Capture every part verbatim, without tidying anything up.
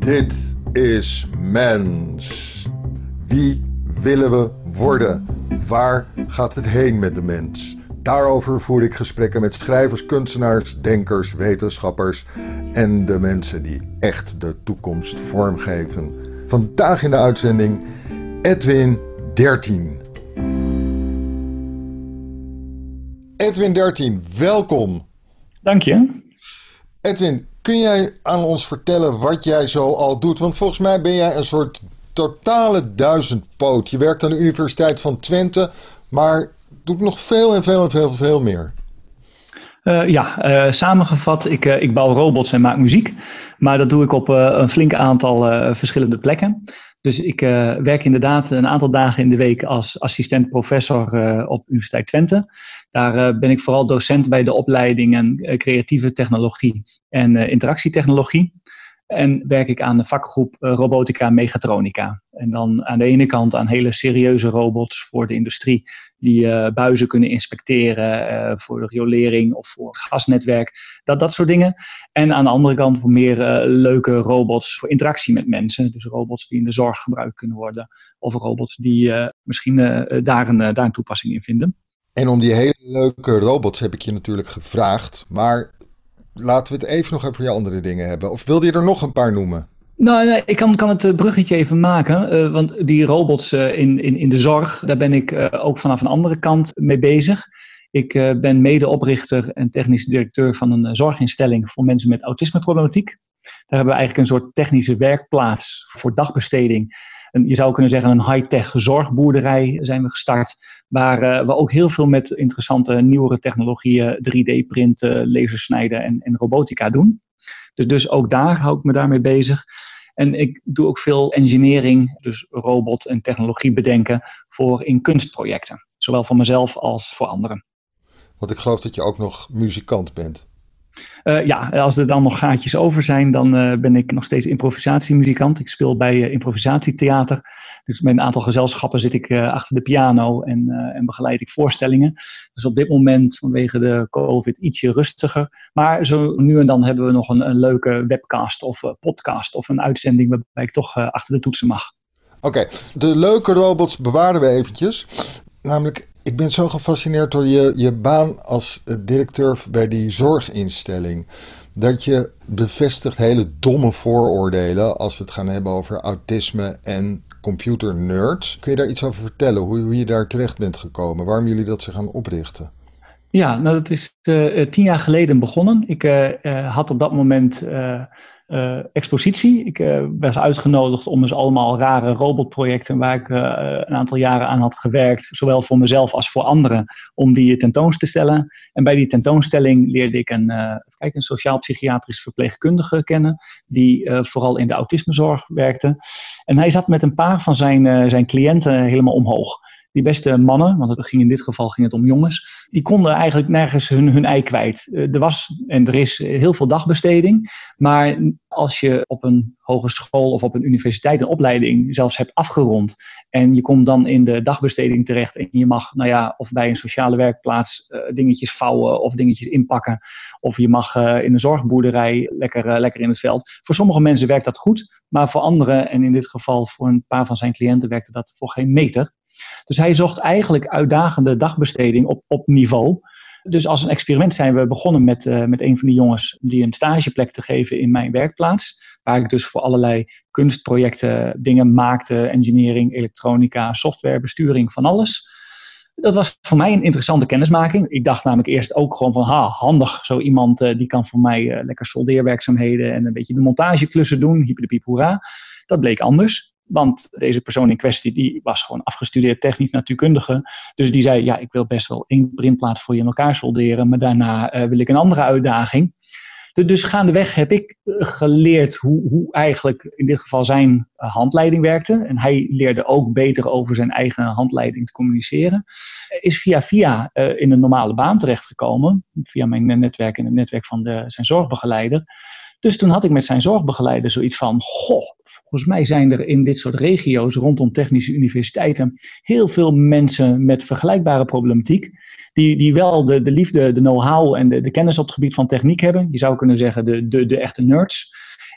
Dit is Mens. Wie willen we worden? Waar gaat het heen met de mens? Daarover voer ik gesprekken met schrijvers, kunstenaars, denkers, wetenschappers en de mensen die echt de toekomst vormgeven. Vandaag in de uitzending Edwin dertien. Edwin dertien, welkom. Dank je. Edwin, kun jij aan ons vertellen wat jij zo al doet? Want volgens mij ben jij een soort totale duizendpoot. Je werkt aan de Universiteit van Twente, maar doet nog veel en veel en veel, veel meer. Uh, ja, uh, samengevat, ik, uh, ik bouw robots en maak muziek. Maar dat doe ik op uh, een flink aantal uh, verschillende plekken. Dus ik uh, werk inderdaad een aantal dagen in de week als assistent professor uh, op Universiteit Twente. Daar uh, ben ik vooral docent bij de opleidingen uh, creatieve technologie en uh, interactietechnologie. En werk ik aan de vakgroep uh, robotica mechatronica. En dan aan de ene kant aan hele serieuze robots voor de industrie die uh, buizen kunnen inspecteren uh, voor de riolering of voor gasnetwerk, dat, dat soort dingen. En aan de andere kant voor meer uh, leuke robots voor interactie met mensen. Dus robots die in de zorg gebruikt kunnen worden of robots die uh, misschien uh, daar, een, uh, daar een toepassing in vinden. En om die hele leuke robots heb ik je natuurlijk gevraagd, maar laten we het even nog over je andere dingen hebben. Of wilde je er nog een paar noemen? Nou, nee, ik kan, kan het bruggetje even maken. Uh, want die robots uh, in, in, in de zorg, daar ben ik uh, ook vanaf een andere kant mee bezig. Ik uh, ben medeoprichter en technisch directeur van een uh, zorginstelling voor mensen met autismeproblematiek. Daar hebben we eigenlijk een soort technische werkplaats voor dagbesteding. En je zou kunnen zeggen een high-tech zorgboerderij zijn we gestart. Waar uh, we ook heel veel met interessante nieuwere technologieën, drie D printen, lasersnijden en, en robotica doen. Dus, dus ook daar hou ik me daarmee bezig. En ik doe ook veel engineering, dus robot en technologie bedenken voor in kunstprojecten. Zowel voor mezelf als voor anderen. Want ik geloof dat je ook nog muzikant bent. Uh, ja, als er dan nog gaatjes over zijn, dan uh, ben ik nog steeds improvisatiemuzikant. Ik speel bij uh, improvisatietheater. Dus met een aantal gezelschappen zit ik uh, achter de piano en, uh, en begeleid ik voorstellingen. Dus op dit moment vanwege de COVID ietsje rustiger. Maar zo nu en dan hebben we nog een, een leuke webcast of uh, podcast of een uitzending waarbij ik toch uh, achter de toetsen mag. Oké, okay. De leuke robots bewaren we eventjes. Namelijk, ik ben zo gefascineerd door je, je baan als directeur bij die zorginstelling. Dat je bevestigt hele domme vooroordelen als we het gaan hebben over autisme en computernerds. Kun je daar iets over vertellen? Hoe, hoe je daar terecht bent gekomen? Waarom jullie dat zijn gaan oprichten? Ja, nou dat is uh, tien jaar geleden begonnen. Ik uh, uh, had op dat moment uh, uh, expositie. Ik uh, was uitgenodigd om dus allemaal rare robotprojecten waar ik uh, een aantal jaren aan had gewerkt, zowel voor mezelf als voor anderen, om die tentoon te stellen. En bij die tentoonstelling leerde ik een, uh, kijk, een sociaal-psychiatrisch verpleegkundige kennen, die uh, vooral in de autismezorg werkte. En hij zat met een paar van zijn, uh, zijn cliënten helemaal omhoog. Die beste mannen, want het ging in dit geval ging het om jongens, die konden eigenlijk nergens hun, hun ei kwijt. Er was en er is heel veel dagbesteding, maar als je op een hogeschool of op een universiteit een opleiding zelfs hebt afgerond en je komt dan in de dagbesteding terecht en je mag, nou ja, of bij een sociale werkplaats uh, dingetjes vouwen of dingetjes inpakken, of je mag uh, in een zorgboerderij lekker, uh, lekker in het veld. Voor sommige mensen werkt dat goed, maar voor anderen, en in dit geval voor een paar van zijn cliënten, werkte dat voor geen meter. Dus hij zocht eigenlijk uitdagende dagbesteding op, op niveau. Dus als een experiment zijn we begonnen met, uh, met een van die jongens die een stageplek te geven in mijn werkplaats. Waar ik dus voor allerlei kunstprojecten dingen maakte, engineering, elektronica, software, besturing, van alles. Dat was voor mij een interessante kennismaking. Ik dacht namelijk eerst ook gewoon van, ha, handig, zo iemand uh, die kan voor mij uh, lekker soldeerwerkzaamheden en een beetje de montageklussen doen, hyperdepiep hoera. Dat bleek anders. Want deze persoon in kwestie die was gewoon afgestudeerd technisch natuurkundige. Dus die zei, ja, ik wil best wel één printplaat voor je in elkaar solderen, maar daarna uh, wil ik een andere uitdaging. Dus, dus gaandeweg heb ik uh, geleerd hoe, hoe eigenlijk in dit geval zijn uh, handleiding werkte. En hij leerde ook beter over zijn eigen handleiding te communiceren. Uh, is via via uh, in een normale baan terechtgekomen. Via mijn netwerk en het netwerk van de, zijn zorgbegeleider. Dus toen had ik met zijn zorgbegeleider zoiets van, goh, volgens mij zijn er in dit soort regio's rondom technische universiteiten heel veel mensen met vergelijkbare problematiek, die, die wel de, de liefde, de know-how en de, de kennis op het gebied van techniek hebben. Je zou kunnen zeggen de, de, de echte nerds.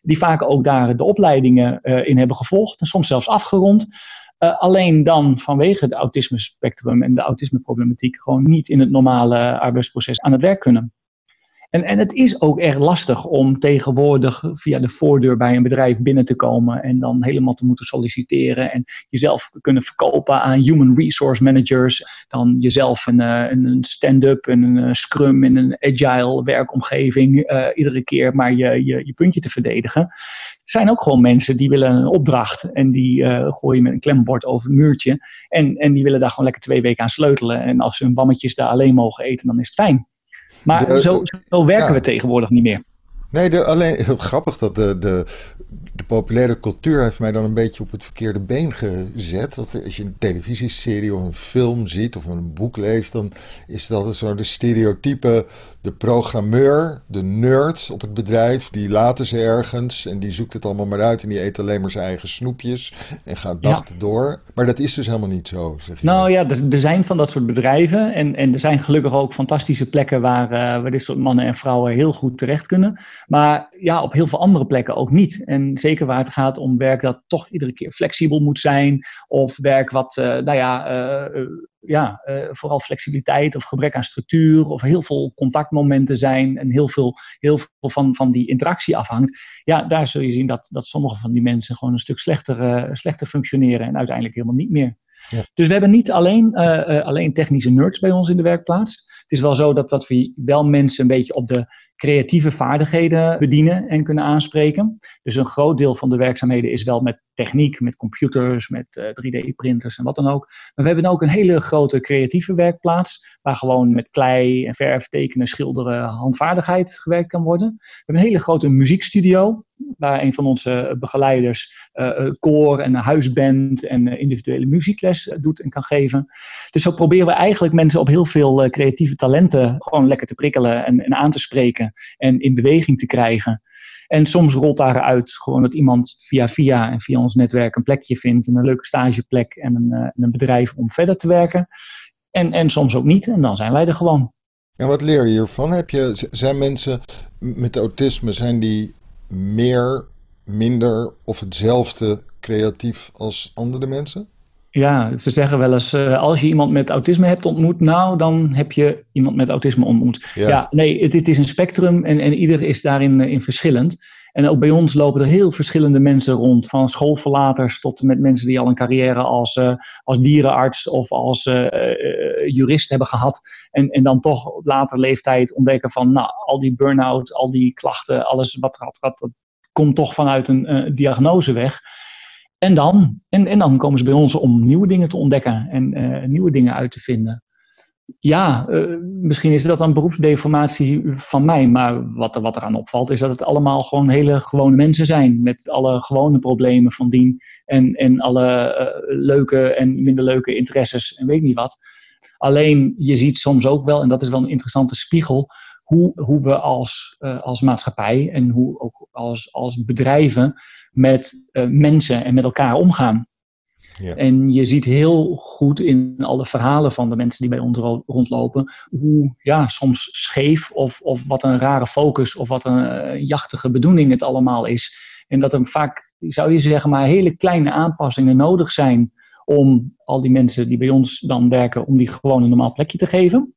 die vaak ook daar de opleidingen uh, in hebben gevolgd en soms zelfs afgerond. Uh, alleen dan vanwege het autisme spectrum en de autismeproblematiek gewoon niet in het normale arbeidsproces aan het werk kunnen. En, en het is ook erg lastig om tegenwoordig via de voordeur bij een bedrijf binnen te komen en dan helemaal te moeten solliciteren en jezelf kunnen verkopen aan human resource managers, dan jezelf een, een stand-up en een scrum in een agile werkomgeving uh, iedere keer maar je, je, je puntje te verdedigen. Er zijn ook gewoon mensen die willen een opdracht en die uh, gooien met een klembord over het muurtje en, en die willen daar gewoon lekker twee weken aan sleutelen en als ze hun wammetjes daar alleen mogen eten, dan is het fijn. Maar de, zo, zo werken ja. we tegenwoordig niet meer. Nee, de, alleen heel grappig dat de, de, de populaire cultuur heeft mij dan een beetje op het verkeerde been gezet. Want als je een televisieserie of een film ziet of een boek leest, dan is dat zo de stereotype, de programmeur, de nerd op het bedrijf, die laat is ergens en die zoekt het allemaal maar uit en die eet alleen maar zijn eigen snoepjes en gaat dag ja. door. Maar dat is dus helemaal niet zo, zeg je. Nou ja, er, er zijn van dat soort bedrijven en, en er zijn gelukkig ook fantastische plekken waar, uh, waar dit soort mannen en vrouwen heel goed terecht kunnen. Maar ja, op heel veel andere plekken ook niet. En zeker waar het gaat om werk dat toch iedere keer flexibel moet zijn. Of werk wat, uh, nou ja, uh, uh, ja uh, vooral flexibiliteit of gebrek aan structuur. Of heel veel contactmomenten zijn. En heel veel, heel veel van, van die interactie afhangt. Ja, daar zul je zien dat, dat sommige van die mensen gewoon een stuk slechter, uh, slechter functioneren. En uiteindelijk helemaal niet meer. Ja. Dus we hebben niet alleen, uh, uh, alleen technische nerds bij ons in de werkplaats. Het is wel zo dat, dat we wel mensen een beetje op de creatieve vaardigheden bedienen en kunnen aanspreken. Dus een groot deel van de werkzaamheden is wel met techniek, met computers, met uh, drie D-printers en wat dan ook. Maar we hebben ook een hele grote creatieve werkplaats, waar gewoon met klei en verf, tekenen, schilderen, handvaardigheid gewerkt kan worden. We hebben een hele grote muziekstudio, waar een van onze begeleiders uh, koor en een huisband en uh, individuele muziekles uh, doet en kan geven. Dus zo proberen we eigenlijk mensen op heel veel uh, creatieve talenten gewoon lekker te prikkelen en, en aan te spreken en in beweging te krijgen. En soms rolt daaruit gewoon dat iemand via via en via ons netwerk een plekje vindt, een leuke stageplek en een, uh, een bedrijf om verder te werken. En, en soms ook niet en dan zijn wij er gewoon. En wat leer je hiervan? Heb je, zijn mensen met autisme, zijn die meer, minder of hetzelfde creatief als andere mensen? Ja, ze zeggen wel eens, uh, als je iemand met autisme hebt ontmoet, nou, dan heb je iemand met autisme ontmoet. Ja, ja nee, het, het is een spectrum en, en ieder is daarin uh, in verschillend. En ook bij ons lopen er heel verschillende mensen rond, van schoolverlaters tot met mensen die al een carrière als, uh, als dierenarts of als uh, uh, jurist hebben gehad. En, en dan toch op later leeftijd ontdekken van, nou, al die burn-out, al die klachten, alles wat, wat, wat dat komt toch vanuit een uh, diagnose weg. En dan, en, en dan komen ze bij ons om nieuwe dingen te ontdekken en uh, nieuwe dingen uit te vinden. Ja, uh, misschien is dat een beroepsdeformatie van mij, maar wat, wat eraan opvalt is dat het allemaal gewoon hele gewone mensen zijn. Met alle gewone problemen van dien en, en alle uh, leuke en minder leuke interesses en weet niet wat. Alleen je ziet soms ook wel, en dat is wel een interessante spiegel, hoe, hoe we als, uh, als maatschappij en hoe ook als, als bedrijven met uh, mensen en met elkaar omgaan. Ja. En je ziet heel goed in alle verhalen van de mensen die bij ons ro- rondlopen, hoe ja, soms scheef of, of wat een rare focus of wat een uh, jachtige bedoeling het allemaal is. En dat er vaak, zou je zeggen, maar hele kleine aanpassingen nodig zijn om al die mensen die bij ons dan werken, om die gewoon een normaal plekje te geven.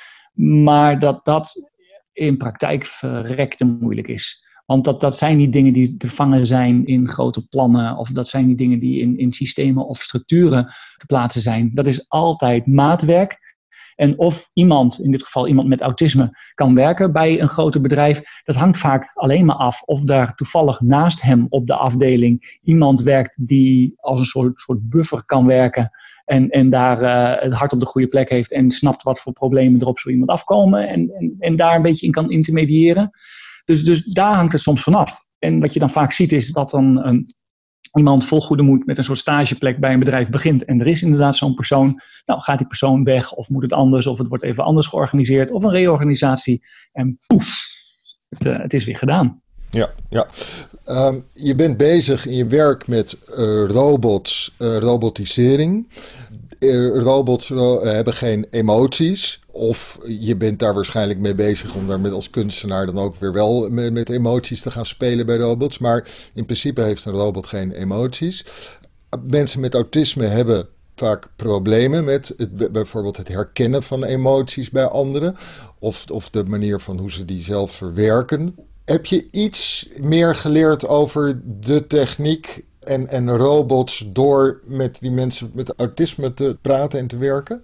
Maar dat dat in praktijk verrekte moeilijk is. Want dat, dat zijn niet dingen die te vangen zijn in grote plannen. Of dat zijn niet dingen die in, in systemen of structuren te plaatsen zijn. Dat is altijd maatwerk. En of iemand, in dit geval iemand met autisme, kan werken bij een groter bedrijf. Dat hangt vaak alleen maar af of daar toevallig naast hem op de afdeling iemand werkt die als een soort, soort buffer kan werken. En, en daar uh, het hart op de goede plek heeft en snapt wat voor problemen er op zo iemand afkomen. En, en, en daar een beetje in kan intermediëren. Dus, dus daar hangt het soms vanaf. En wat je dan vaak ziet is dat dan um, iemand vol goede moed met een soort stageplek bij een bedrijf begint. En er is inderdaad zo'n persoon. Nou, gaat die persoon weg of moet het anders of het wordt even anders georganiseerd of een reorganisatie. En poef, het, uh, het is weer gedaan. Ja, ja. Um, je bent bezig in je werk met uh, robots, uh, robotisering. robots uh, hebben geen emoties. Of je bent daar waarschijnlijk mee bezig om daar met als kunstenaar dan ook weer wel met, met emoties te gaan spelen bij robots. Maar in principe heeft een robot geen emoties. Mensen met autisme hebben vaak problemen met het, bijvoorbeeld het herkennen van emoties bij anderen. Of, of de manier van hoe ze die zelf verwerken. Heb je iets meer geleerd over de techniek en, en robots door met die mensen met autisme te praten en te werken?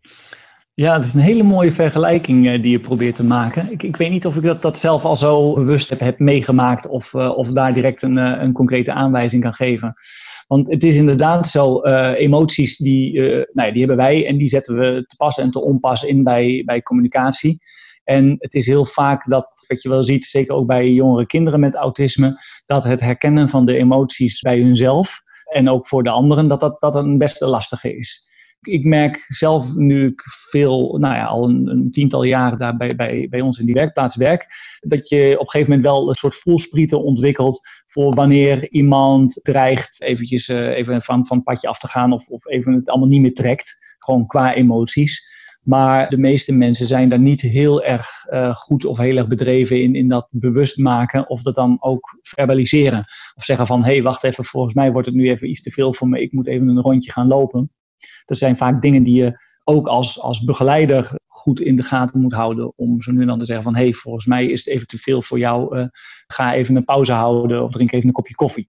Ja, het is een hele mooie vergelijking uh, die je probeert te maken. Ik, ik weet niet of ik dat, dat zelf al zo bewust heb, heb meegemaakt of, uh, of daar direct een, uh, een concrete aanwijzing kan geven. Want het is inderdaad zo, uh, emoties die, uh, nou ja, die hebben wij en die zetten we te pas en te onpas in bij, bij communicatie. En het is heel vaak dat, wat je wel ziet, zeker ook bij jongere kinderen met autisme, dat het herkennen van de emoties bij hunzelf en ook voor de anderen, dat dat, dat een best lastige is. Ik merk zelf, nu ik veel, nou ja, al een, een tiental jaren daar bij, bij, bij ons in die werkplaats werk, dat je op een gegeven moment wel een soort voelsprieten ontwikkelt voor wanneer iemand dreigt eventjes uh, even van, van het padje af te gaan of, of even het allemaal niet meer trekt, gewoon qua emoties. Maar de meeste mensen zijn daar niet heel erg uh, goed of heel erg bedreven in, in dat bewust maken of dat dan ook verbaliseren. Of zeggen van, hé, hey, wacht even, volgens mij wordt het nu even iets te veel voor me, ik moet even een rondje gaan lopen. Dat zijn vaak dingen die je ook als, als begeleider goed in de gaten moet houden. Om zo nu en dan te zeggen van, hé, hey, volgens mij is het even te veel voor jou. Uh, ga even een pauze houden of drink even een kopje koffie.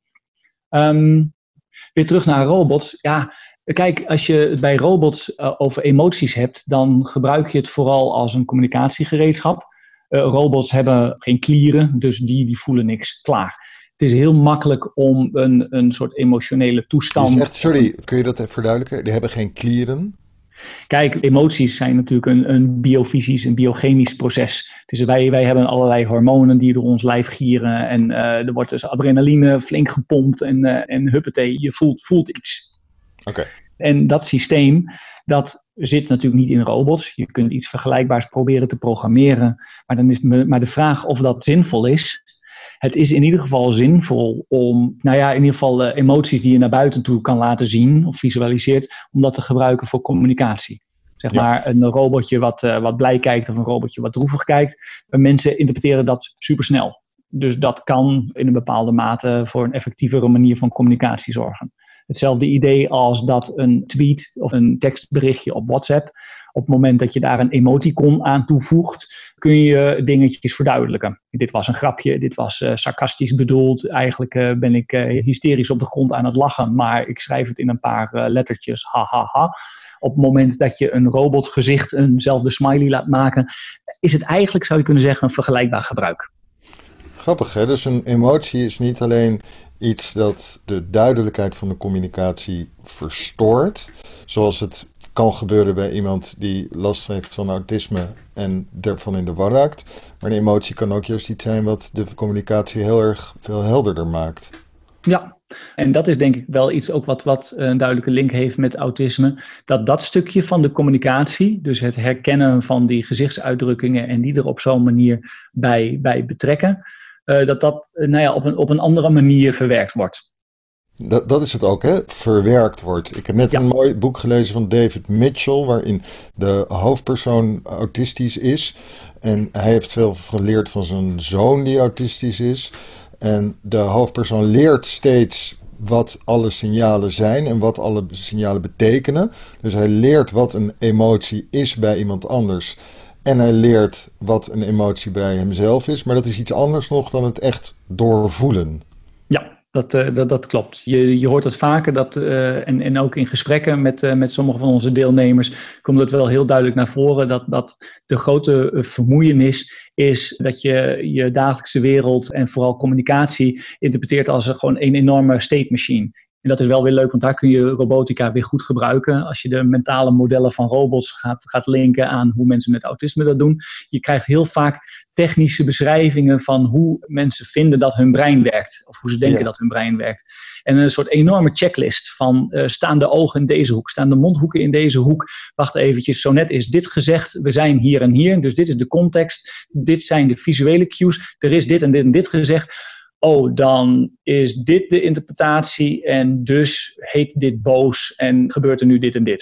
Um, weer terug naar robots. Ja, kijk, als je het bij robots uh, over emoties hebt, dan gebruik je het vooral als een communicatiegereedschap. Uh, robots hebben geen klieren, dus die, die voelen niks. Klaar. Het is heel makkelijk om een, een soort emotionele toestand... Je zegt, sorry, kun je dat even verduidelijken? Die hebben geen klieren? Kijk, emoties zijn natuurlijk een, een biofysisch, een biochemisch proces. Dus wij, wij hebben allerlei hormonen die door ons lijf gieren. En uh, er wordt dus adrenaline flink gepompt en, uh, en huppatee, je voelt, voelt iets. Oké. Okay. En dat systeem, dat zit natuurlijk niet in robots. Je kunt iets vergelijkbaars proberen te programmeren. Maar dan is het maar de vraag of dat zinvol is. Het is in ieder geval zinvol om, nou ja, in ieder geval uh, emoties die je naar buiten toe kan laten zien of visualiseert, om dat te gebruiken voor communicatie. Zeg ja. maar een robotje wat, uh, wat blij kijkt of een robotje wat droevig kijkt. Mensen interpreteren dat supersnel. Dus dat kan in een bepaalde mate voor een effectievere manier van communicatie zorgen. Hetzelfde idee als dat een tweet of een tekstberichtje op WhatsApp, op het moment dat je daar een emoticon aan toevoegt, kun je dingetjes verduidelijken. Dit was een grapje, dit was uh, sarcastisch bedoeld. Eigenlijk uh, ben ik uh, hysterisch op de grond aan het lachen, maar ik schrijf het in een paar uh, lettertjes, ha, ha, ha. Op het moment dat je een robotgezicht eenzelfde smiley laat maken, is het eigenlijk, zou je kunnen zeggen, een vergelijkbaar gebruik. Grappig, hè? Dus een emotie is niet alleen iets dat de duidelijkheid van de communicatie verstoort, zoals het kan gebeuren bij iemand die last heeft van autisme en ervan in de war raakt. Maar een emotie kan ook juist iets zijn wat de communicatie heel erg veel helderder maakt. Ja, en dat is denk ik wel iets ook wat, wat een duidelijke link heeft met autisme. Dat dat stukje van de communicatie, dus het herkennen van die gezichtsuitdrukkingen en die er op zo'n manier bij, bij betrekken, uh, dat dat uh, nou ja, op, een, op een andere manier verwerkt wordt. Dat, dat is het ook, hè? Verwerkt wordt. Ik heb net ja. een mooi boek gelezen van David Mitchell, waarin de hoofdpersoon autistisch is. En hij heeft veel geleerd van zijn zoon die autistisch is. En de hoofdpersoon leert steeds wat alle signalen zijn en wat alle signalen betekenen. Dus hij leert wat een emotie is bij iemand anders. En hij leert wat een emotie bij hemzelf is. Maar dat is iets anders nog dan het echt doorvoelen. Ja. Dat, uh, dat, dat klopt. Je, je hoort het vaker dat, uh, en, en ook in gesprekken met, uh, met sommige van onze deelnemers komt het wel heel duidelijk naar voren dat, dat de grote uh, vermoeienis is dat je je dagelijkse wereld en vooral communicatie interpreteert als een, gewoon een enorme state machine. En dat is wel weer leuk, want daar kun je robotica weer goed gebruiken. Als je de mentale modellen van robots gaat, gaat linken aan hoe mensen met autisme dat doen. Je krijgt heel vaak technische beschrijvingen van hoe mensen vinden dat hun brein werkt. Of hoe ze denken ja. dat hun brein werkt. En een soort enorme checklist van uh, staan de ogen in deze hoek, staan de mondhoeken in deze hoek. Wacht eventjes, zo net is dit gezegd, we zijn hier en hier. Dus dit is de context, dit zijn de visuele cues. Er is dit en dit en dit gezegd. Oh, dan is dit de interpretatie en dus heet dit boos en gebeurt er nu dit en dit.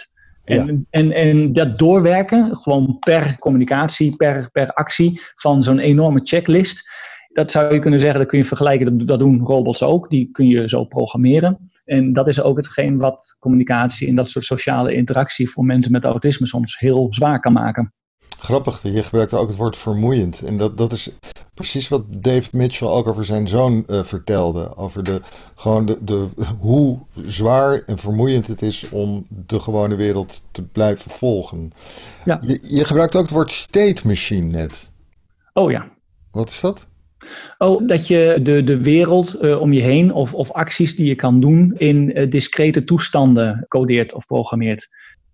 En, ja. en, en dat doorwerken, gewoon per communicatie, per, per actie van zo'n enorme checklist. Dat zou je kunnen zeggen, dat kun je vergelijken, dat, dat doen robots ook. Die kun je zo programmeren. En dat is ook hetgeen wat communicatie en dat soort sociale interactie voor mensen met autisme soms heel zwaar kan maken. Grappig, je gebruikt ook het woord vermoeiend. En dat, dat is precies wat Dave Mitchell ook over zijn zoon uh, vertelde. Over de, gewoon de, de, hoe zwaar en vermoeiend het is om de gewone wereld te blijven volgen. Ja. Je, je gebruikt ook het woord state machine net. Oh ja. Wat is dat? Oh, dat je de, de wereld uh, om je heen of, of acties die je kan doen in uh, discrete toestanden codeert of programmeert.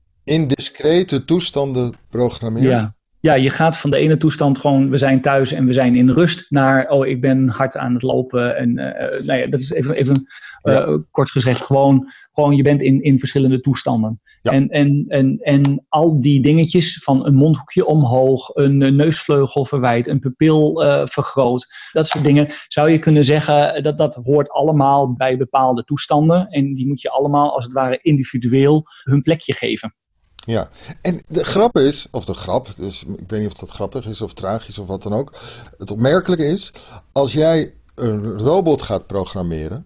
In discrete toestanden programmeert? Ja. Ja, je gaat van de ene toestand gewoon, we zijn thuis en we zijn in rust, naar, oh, ik ben hard aan het lopen. En uh, nou ja, dat is even, even uh, ja. kort gezegd, gewoon, gewoon je bent in, in verschillende toestanden. Ja. En, en, en, en al die dingetjes van een mondhoekje omhoog, een neusvleugel verwijt, een pupil uh, vergroot, dat soort dingen, zou je kunnen zeggen, dat dat hoort allemaal bij bepaalde toestanden. En die moet je allemaal als het ware individueel hun plekje geven. Ja, en de grap is, of de grap, dus ik weet niet of dat grappig is of tragisch of wat dan ook. Het opmerkelijke is, als jij een robot gaat programmeren,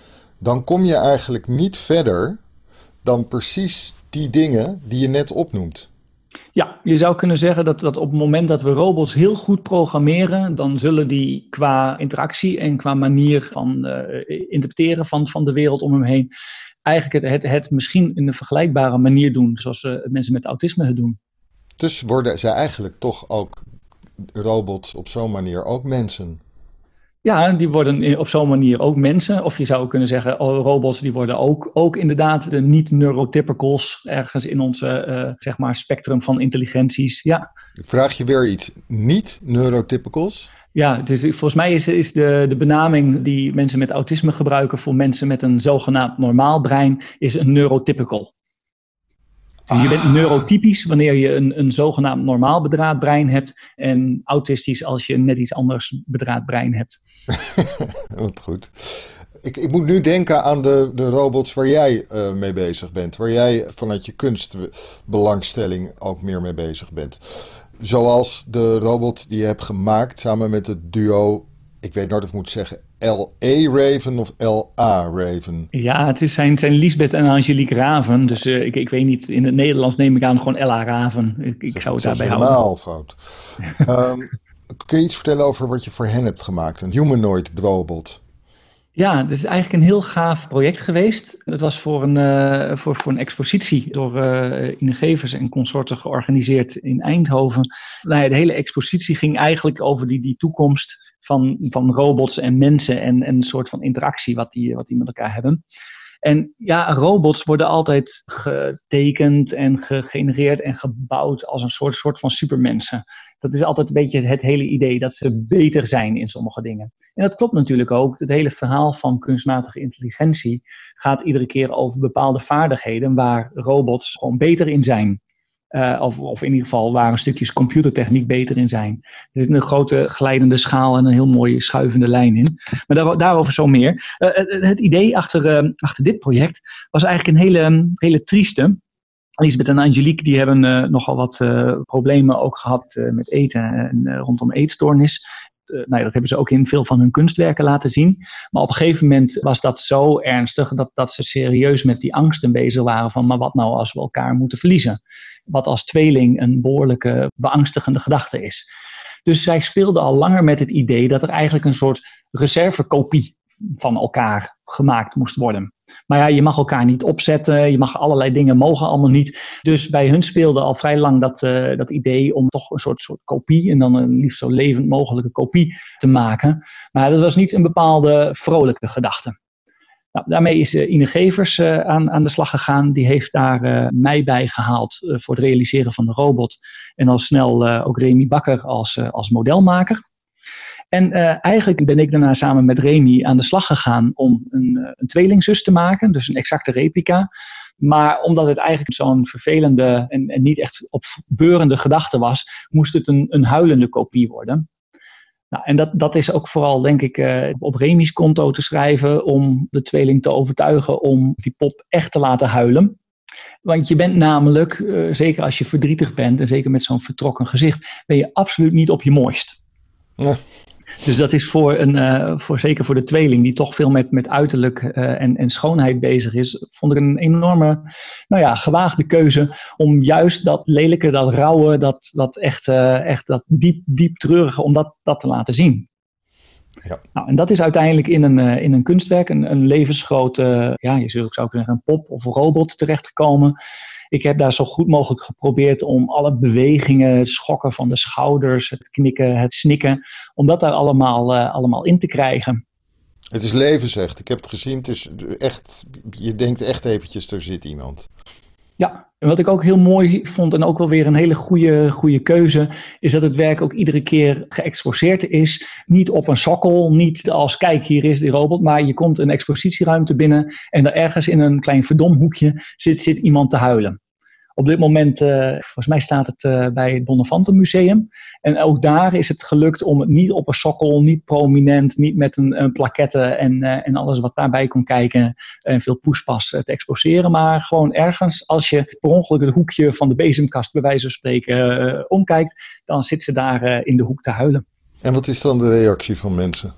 dan kom je eigenlijk niet verder dan precies die dingen die je net opnoemt. Ja, je zou kunnen zeggen dat, dat op het moment dat we robots heel goed programmeren, dan zullen die qua interactie en qua manier van uh, interpreteren van, van de wereld om hem heen eigenlijk het, het, het misschien in een vergelijkbare manier doen, zoals uh, mensen met autisme het doen. Dus worden zij eigenlijk toch ook robots op zo'n manier ook mensen? Ja, die worden op zo'n manier ook mensen. Of je zou kunnen zeggen, oh, robots die worden ook, ook inderdaad de niet-neurotypicals ergens in onze uh, zeg maar spectrum van intelligenties. Ja. Ik vraag je weer iets. Niet-neurotypicals? Ja, dus volgens mij is, is de, de benaming die mensen met autisme gebruiken voor mensen met een zogenaamd normaal brein, is een neurotypical. Dus je bent ah. neurotypisch wanneer je een, een zogenaamd normaal bedraad brein hebt en autistisch als je een net iets anders bedraad brein hebt. Wat goed. Ik, ik moet nu denken aan de, de robots waar jij uh, mee bezig bent, waar jij vanuit je kunstbelangstelling ook meer mee bezig bent. Zoals de robot die je hebt gemaakt samen met het duo, ik weet nooit of ik moet zeggen, L A Raven of L A Raven. Ja, het is zijn, zijn Lisbeth en Angelique Raven. Dus uh, ik, ik weet niet, in het Nederlands neem ik aan gewoon L A Raven. Ik, ik zou het daarbij houden. Helemaal fout. um, kun je iets vertellen over wat je voor hen hebt gemaakt? Een humanoid robot. Ja, dit is eigenlijk een heel gaaf project geweest. Het was voor een, uh, voor, voor een expositie door uh, Ine Gevers en consorten georganiseerd in Eindhoven. Nou ja, de hele expositie ging eigenlijk over die, die toekomst van, van robots en mensen en, en een soort van interactie wat die, wat die met elkaar hebben. En ja, robots worden altijd getekend en gegenereerd en gebouwd als een soort, soort van supermensen. Dat is altijd een beetje het hele idee dat ze beter zijn in sommige dingen. En dat klopt natuurlijk ook. Het hele verhaal van kunstmatige intelligentie gaat iedere keer over bepaalde vaardigheden waar robots gewoon beter in zijn. Uh, of, of in ieder geval waar een stukjes computertechniek beter in zijn. Er zit een grote glijdende schaal en een heel mooie schuivende lijn in. Maar daar, daarover zo meer. Uh, het, het idee achter, uh, achter dit project was eigenlijk een hele, hele trieste. Lisbeth en Angelique die hebben uh, nogal wat uh, problemen ook gehad uh, met eten en uh, rondom eetstoornis. Uh, nou ja, dat hebben ze ook in veel van hun kunstwerken laten zien. Maar op een gegeven moment was dat zo ernstig dat, dat ze serieus met die angsten bezig waren van, maar wat nou als we elkaar moeten verliezen? Wat als tweeling een behoorlijke beangstigende gedachte is. Dus zij speelden al langer met het idee dat er eigenlijk een soort reservekopie van elkaar gemaakt moest worden. Maar ja, je mag elkaar niet opzetten, je mag allerlei dingen mogen allemaal niet. Dus bij hun speelde al vrij lang dat, uh, dat idee om toch een soort, soort kopie, en dan een liefst zo levend mogelijke kopie te maken. Maar dat was niet een bepaalde vrolijke gedachte. Nou, daarmee is uh, Ine Gevers uh, aan, aan de slag gegaan. Die heeft daar uh, mij bij gehaald uh, voor het realiseren van de robot. En al snel uh, ook Remy Bakker als, uh, als modelmaker. En uh, eigenlijk ben ik daarna samen met Remy aan de slag gegaan om een, een tweelingzus te maken. Dus een exacte replica. Maar omdat het eigenlijk zo'n vervelende en, en niet echt opbeurende gedachte was, moest het een, een huilende kopie worden. Nou, en dat, dat is ook vooral, denk ik, uh, op Remy's konto te schrijven om de tweeling te overtuigen om die pop echt te laten huilen. Want je bent namelijk, uh, zeker als je verdrietig bent en zeker met zo'n vertrokken gezicht, ben je absoluut niet op je mooist. Ja. Dus dat is voor een, uh, voor, zeker voor de tweeling die toch veel met, met uiterlijk uh, en, en schoonheid bezig is, vond ik een enorme, nou ja, gewaagde keuze om juist dat lelijke, dat rauwe, dat, dat echt, uh, echt dat diep, diep treurige, om dat, dat te laten zien. Ja. Nou, en dat is uiteindelijk in een, uh, in een kunstwerk, een, een levensgrote, ja, je zou, zou kunnen zeggen, een pop of een robot terechtgekomen. Ik heb daar zo goed mogelijk geprobeerd om alle bewegingen, het schokken van de schouders, het knikken, het snikken, om dat daar allemaal, uh, allemaal in te krijgen. Het is levensecht. Ik heb het gezien. Het is echt, je denkt echt eventjes, er zit iemand. Ja, en wat ik ook heel mooi vond en ook wel weer een hele goede, goede keuze, is dat het werk ook iedere keer geëxposeerd is. Niet op een sokkel, niet als kijk hier is die robot, maar je komt een expositieruimte binnen en daar ergens in een klein verdomhoekje zit, zit iemand te huilen. Op dit moment, uh, volgens mij staat het uh, bij het Bonnefante Museum. En ook daar is het gelukt om het niet op een sokkel, niet prominent, niet met een, een plaquette en, uh, en alles wat daarbij kon kijken en veel poespas uh, te exposeren. Maar gewoon ergens, als je per ongeluk het hoekje van de bezemkast bij wijze van spreken uh, omkijkt, dan zit ze daar uh, in de hoek te huilen. En wat is dan de reactie van mensen?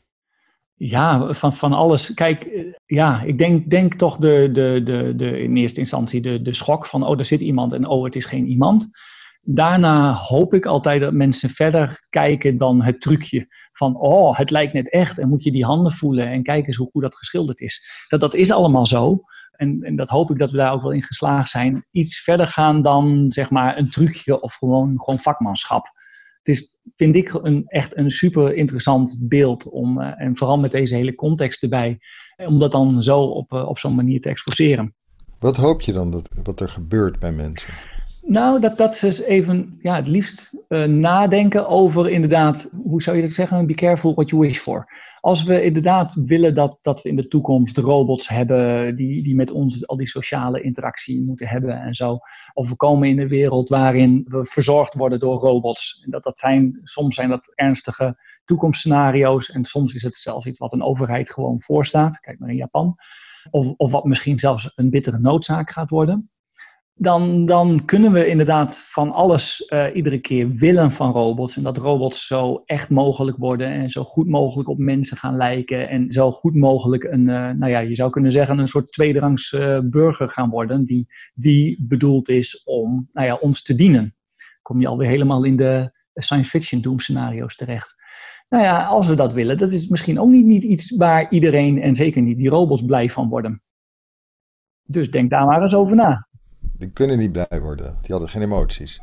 Ja, van, van alles. Kijk, ja, ik denk, denk toch de, de, de, de, in eerste instantie de, de schok van, oh, daar zit iemand en oh, het is geen iemand. Daarna hoop ik altijd dat mensen verder kijken dan het trucje van, oh, het lijkt net echt en moet je die handen voelen en kijk eens hoe goed dat geschilderd is. Dat, dat is allemaal zo. En, en dat hoop ik dat we daar ook wel in geslaagd zijn. Iets verder gaan dan, zeg maar, een trucje of gewoon, gewoon vakmanschap. Het is, vind ik, een, echt een super interessant beeld om, uh, en vooral met deze hele context erbij, om dat dan zo op, uh, op zo'n manier te exposeren. Wat hoop je dan dat, wat er gebeurt bij mensen? Nou, dat, dat ze eens even, ja, het liefst uh, nadenken over inderdaad, hoe zou je dat zeggen? Be careful what you wish for. Als we inderdaad willen dat, dat we in de toekomst robots hebben die, die met ons al die sociale interactie moeten hebben en zo. Of we komen in een wereld waarin we verzorgd worden door robots. En dat, dat zijn, soms zijn dat ernstige toekomstscenario's en soms is het zelfs iets wat een overheid gewoon voorstaat. Kijk maar in Japan. Of, of wat misschien zelfs een bittere noodzaak gaat worden. Dan, dan kunnen we inderdaad van alles uh, iedere keer willen van robots. En dat robots zo echt mogelijk worden en zo goed mogelijk op mensen gaan lijken. En zo goed mogelijk een, uh, nou ja, je zou kunnen zeggen een soort tweederangs uh, burger gaan worden. Die, die bedoeld is om, nou ja, ons te dienen. Kom je alweer helemaal in de science fiction doemscenario's terecht. Nou ja, als we dat willen, dat is misschien ook niet, niet iets waar iedereen en zeker niet die robots blij van worden. Dus denk daar maar eens over na. Die kunnen niet blij worden. Die hadden geen emoties.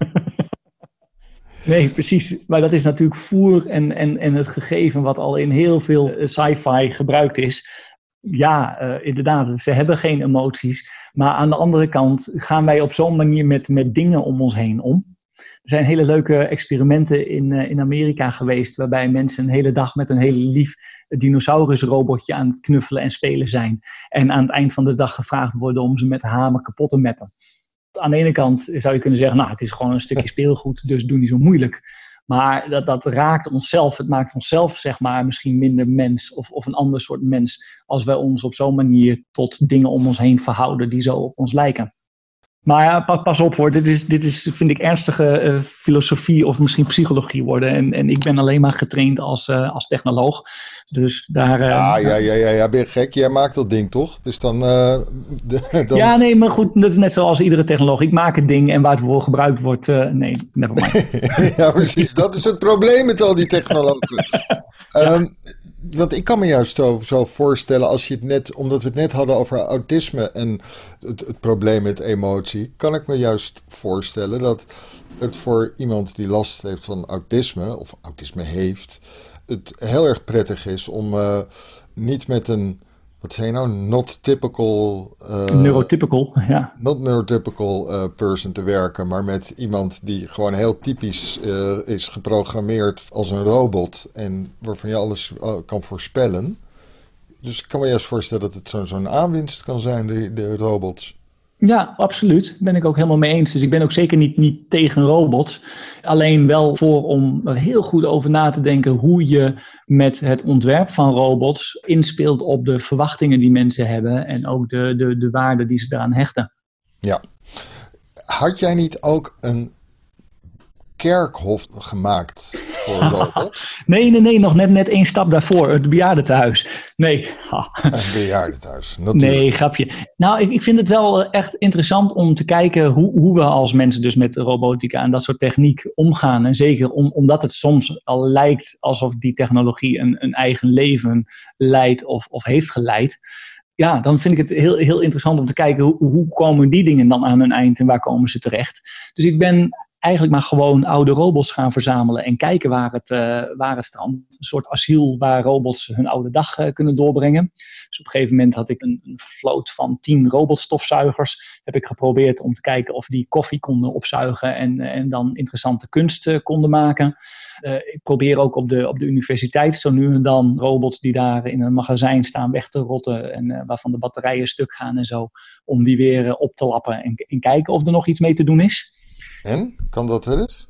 Nee, precies. Maar dat is natuurlijk voer en, en, en het gegeven wat al in heel veel sci-fi gebruikt is. Ja, uh, inderdaad, ze hebben geen emoties. Maar aan de andere kant gaan wij op zo'n manier met, met dingen om ons heen om. Er zijn hele leuke experimenten in, uh, in Amerika geweest, waarbij mensen een hele dag met een hele lief dinosaurusrobotje aan het knuffelen en spelen zijn. En aan het eind van de dag gevraagd worden om ze met de hamer kapot te meppen. Aan de ene kant zou je kunnen zeggen, nou, het is gewoon een stukje speelgoed, dus doe niet zo moeilijk. Maar dat, dat raakt onszelf, het maakt onszelf, zeg maar, misschien minder mens of, of een ander soort mens, als wij ons op zo'n manier tot dingen om ons heen verhouden die zo op ons lijken. Maar ja, pas op hoor, dit is, dit is vind ik ernstige uh, filosofie of misschien psychologie worden. En, en ik ben alleen maar getraind als, uh, als technoloog. Dus daar... Uh, ja, ja, ja, ja, ja, ben je gek? Jij maakt dat ding toch? Dus dan... Uh, de, dan... Ja, nee, maar goed, dat is net zoals iedere technoloog. Ik maak het ding en waar het voor gebruikt wordt, uh, nee, never mind. Ja, precies. Dat is het probleem met al die technologen. Ja. Um, Want ik kan me juist zo, zo voorstellen, als je het net, omdat we het net hadden over autisme en het, het probleem met emotie, kan ik me juist voorstellen dat het voor iemand die last heeft van autisme, of autisme heeft, het heel erg prettig is om uh, niet met een, wat zei je nou, not typical... Uh, neurotypical, ja. Not neurotypical uh, person te werken, maar met iemand die gewoon heel typisch uh, is geprogrammeerd als een robot en waarvan je alles uh, kan voorspellen. Dus ik kan me juist voorstellen dat het zo, zo'n aanwinst kan zijn, de, de robots. Ja, absoluut. Daar ben ik ook helemaal mee eens. Dus ik ben ook zeker niet, niet tegen robots. Alleen wel voor om er heel goed over na te denken hoe je met het ontwerp van robots inspeelt op de verwachtingen die mensen hebben en ook de, de, de waarde die ze daaraan hechten. Ja. Had jij niet ook een kerkhof gemaakt voor robots? nee, nee, nee, nog net, net één stap daarvoor. Het bejaardentehuis. Nee. Een bejaardentehuis, natuurlijk. Nee, grapje. Nou, ik, ik vind het wel echt interessant om te kijken hoe, hoe we als mensen dus met robotica en dat soort techniek omgaan. En zeker om, omdat het soms al lijkt alsof die technologie een, een eigen leven leidt of, of heeft geleid. Ja, dan vind ik het heel, heel interessant om te kijken hoe, hoe komen die dingen dan aan hun eind en waar komen ze terecht. Dus ik ben eigenlijk maar gewoon oude robots gaan verzamelen en kijken waar het, uh, waar het strandt. Een soort asiel waar robots hun oude dag uh, kunnen doorbrengen. Dus op een gegeven moment had ik een, een vloot van tien robotstofzuigers. Heb ik geprobeerd om te kijken of die koffie konden opzuigen en, en dan interessante kunst uh, konden maken. Uh, ik probeer ook op de, op de universiteit zo nu en dan robots die daar in een magazijn staan weg te rotten en uh, waarvan de batterijen stuk gaan en zo, om die weer uh, op te lappen en, en kijken of er nog iets mee te doen is. En? Kan dat wel eens?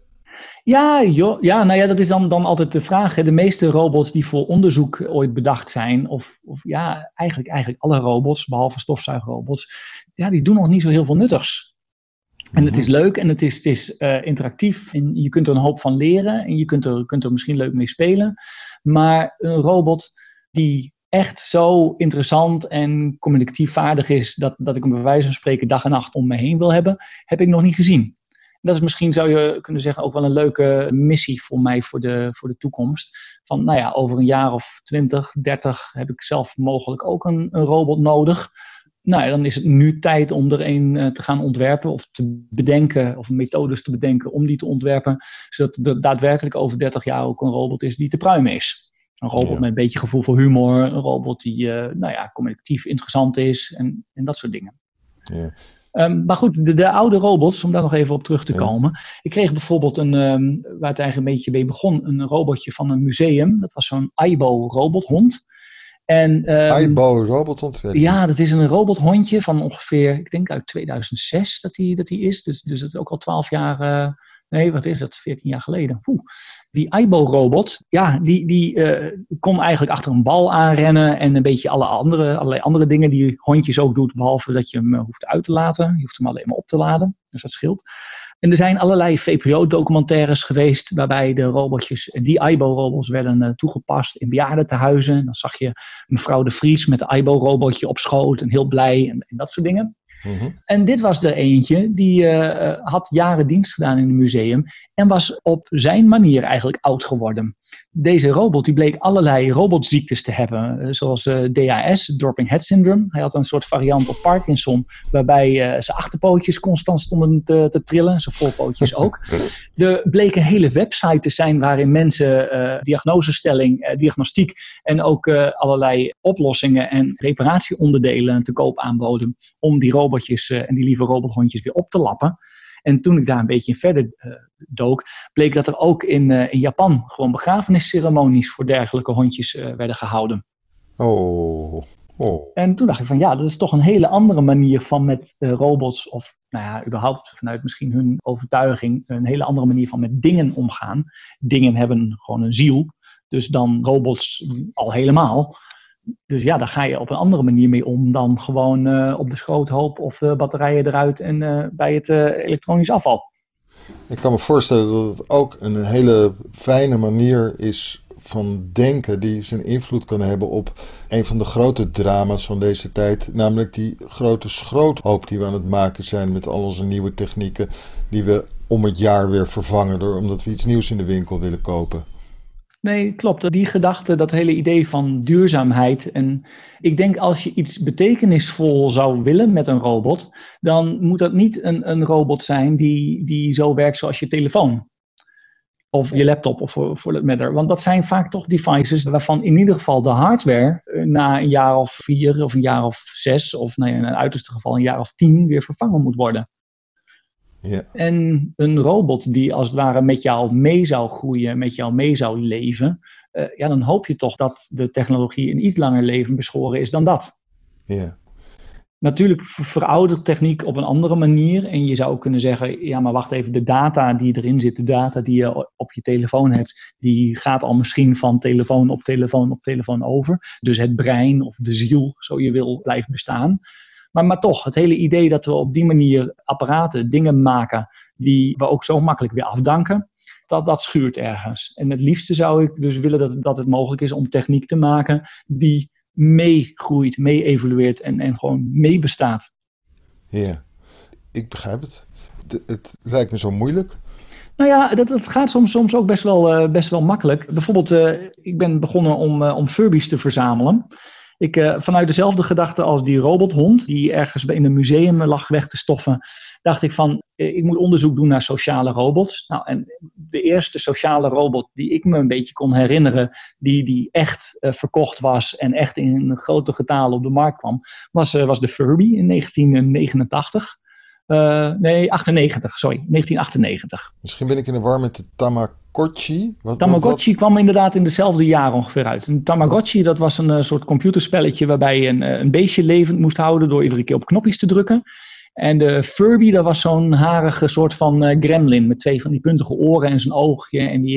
Ja, joh, ja, nou ja, dat is dan, dan altijd de vraag. Hè. De meeste robots die voor onderzoek ooit bedacht zijn, of, of ja, eigenlijk, eigenlijk alle robots, behalve stofzuigrobots, ja, die doen nog niet zo heel veel nuttigs. En het is leuk en het is, het is uh, interactief en je kunt er een hoop van leren en je kunt er, kunt er misschien leuk mee spelen. Maar een robot die echt zo interessant en communicatief vaardig is, dat, dat ik hem bij wijze van spreken dag en nacht om me heen wil hebben, heb ik nog niet gezien. Dat is misschien, zou je kunnen zeggen, ook wel een leuke missie voor mij voor de, voor de toekomst. Van, nou ja, over een jaar of twintig, dertig heb ik zelf mogelijk ook een, een robot nodig. Nou ja, dan is het nu tijd om er een uh, te gaan ontwerpen of te bedenken, of methodes te bedenken om die te ontwerpen, zodat er daadwerkelijk over dertig jaar ook een robot is die te pruimen is. Een robot ja. met een beetje gevoel voor humor, een robot die uh, nou ja, communicatief interessant is en, en dat soort dingen. Ja. Um, maar goed, de, de oude robots, om daar nog even op terug te komen. Ja. Ik kreeg bijvoorbeeld, een, um, waar het eigenlijk een beetje mee begon, een robotje van een museum. Dat was zo'n Aibo robothond. En, um, Aibo robothond? Ja, dat is een robothondje van ongeveer, ik denk uit tweeduizend zes dat die, dat die is. Dus, dus dat is ook al twaalf jaar, uh, nee wat is dat, veertien jaar geleden. Oeh. Die Aibo-robot, ja, die, die uh, kon eigenlijk achter een bal aanrennen en een beetje alle andere, allerlei andere dingen die hondjes ook doet, behalve dat je hem uh, hoeft uit te laten. Je hoeft hem alleen maar op te laden, dus dat scheelt. En er zijn allerlei V P R O-documentaires geweest waarbij de robotjes, die Aibo-robots werden uh, toegepast in bejaardentehuizen. Dan zag je mevrouw de Vries met de Aibo-robotje op schoot en heel blij en, en dat soort dingen. Mm-hmm. En dit was er eentje die uh, had jaren dienst gedaan in het museum en was op zijn manier eigenlijk oud geworden. Deze robot die bleek allerlei robotziektes te hebben, zoals uh, D H S, Dropping Head Syndrome. Hij had een soort variant op Parkinson, waarbij uh, zijn achterpootjes constant stonden te, te trillen, zijn voorpootjes ook. Er bleken hele websites te zijn waarin mensen uh, diagnosestelling, uh, diagnostiek en ook uh, allerlei oplossingen en reparatieonderdelen te koop aanboden om die robotjes uh, en die lieve robothondjes weer op te lappen. En toen ik daar een beetje in verder uh, dook, bleek dat er ook in, uh, in Japan gewoon begrafenisceremonies voor dergelijke hondjes uh, werden gehouden. Oh, oh. En toen dacht ik van ja, dat is toch een hele andere manier van met uh, robots, of nou ja, überhaupt vanuit misschien hun overtuiging, een hele andere manier van met dingen omgaan. Dingen hebben gewoon een ziel, dus dan robots al helemaal. Dus ja, daar ga je op een andere manier mee om dan gewoon uh, op de schroothoop of uh, batterijen eruit en uh, bij het uh, elektronisch afval. Ik kan me voorstellen dat het ook een hele fijne manier is van denken die zijn invloed kan hebben op een van de grote drama's van deze tijd. Namelijk die grote schroothoop die we aan het maken zijn met al onze nieuwe technieken die we om het jaar weer vervangen door omdat we iets nieuws in de winkel willen kopen. Nee, klopt. Die gedachte, dat hele idee van duurzaamheid. En ik denk als je iets betekenisvol zou willen met een robot, dan moet dat niet een, een robot zijn die, die zo werkt zoals je telefoon. Of je laptop, of voor, voor that matter. Want dat zijn vaak toch devices waarvan in ieder geval de hardware na een jaar of vier of een jaar of zes, of nou ja, in het uiterste geval een jaar of tien weer vervangen moet worden. Yeah. En een robot die als het ware met jou mee zou groeien, met jou mee zou leven, uh, ja, dan hoop je toch dat de technologie een iets langer leven beschoren is dan dat. Yeah. Natuurlijk veroudert techniek op een andere manier en je zou kunnen zeggen, ja maar wacht even, de data die erin zit, de data die je op je telefoon hebt, die gaat al misschien van telefoon op telefoon op telefoon over. Dus het brein of de ziel, zo je wil, blijft bestaan. Maar, maar toch, het hele idee dat we op die manier apparaten, dingen maken die we ook zo makkelijk weer afdanken, dat, dat schuurt ergens. En het liefste zou ik dus willen dat, dat het mogelijk is om techniek te maken die meegroeit, mee-evolueert en, en gewoon mee bestaat. Ja, ik begrijp het. De, het lijkt me zo moeilijk. Nou ja, dat, dat gaat soms, soms ook best wel, uh, best wel makkelijk. Bijvoorbeeld, uh, ik ben begonnen om, uh, om Furbies te verzamelen. Ik, uh, vanuit dezelfde gedachte als die robothond, die ergens in een museum lag weg te stoffen, dacht ik van, uh, ik moet onderzoek doen naar sociale robots. Nou, en de eerste sociale robot die ik me een beetje kon herinneren, die, die echt uh, verkocht was en echt in grote getalen op de markt kwam, was, uh, was de Furby in negentien negenentachtig. Uh, nee, achtennegentig, sorry, negentien achtennegentig. Misschien ben ik in de war met de Tamagotchi. Wat, Tamagotchi wat... kwam inderdaad in dezelfde jaren ongeveer uit. Een Tamagotchi, dat was een uh, soort computerspelletje waarbij je een, uh, een beestje levend moest houden door iedere keer op knopjes te drukken. En de Furby, dat was zo'n harige soort van uh, gremlin met twee van die puntige oren en zijn oogje. En die,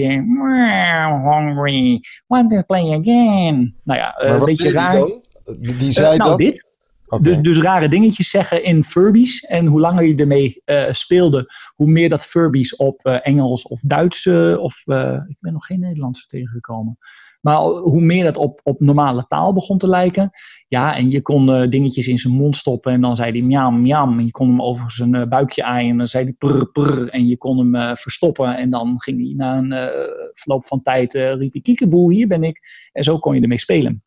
uh, hungry, want to play again. Nou ja, uh, een beetje raar. Die, dan? die zei uh, nou, dat... dit. Okay. Dus, dus rare dingetjes zeggen in Furbies. En hoe langer je ermee uh, speelde, hoe meer dat Furbies op uh, Engels of Duits, uh, of uh, ik ben nog geen Nederlands tegengekomen. Maar hoe meer dat op, op normale taal begon te lijken. Ja, en je kon uh, dingetjes in zijn mond stoppen en dan zei hij miam, miam. En je kon hem over zijn uh, buikje aaien en dan zei hij prr, prr. En je kon hem uh, verstoppen en dan ging hij na een uh, verloop van tijd, uh, riep hij kiekeboe, hier ben ik. En zo kon je ermee spelen.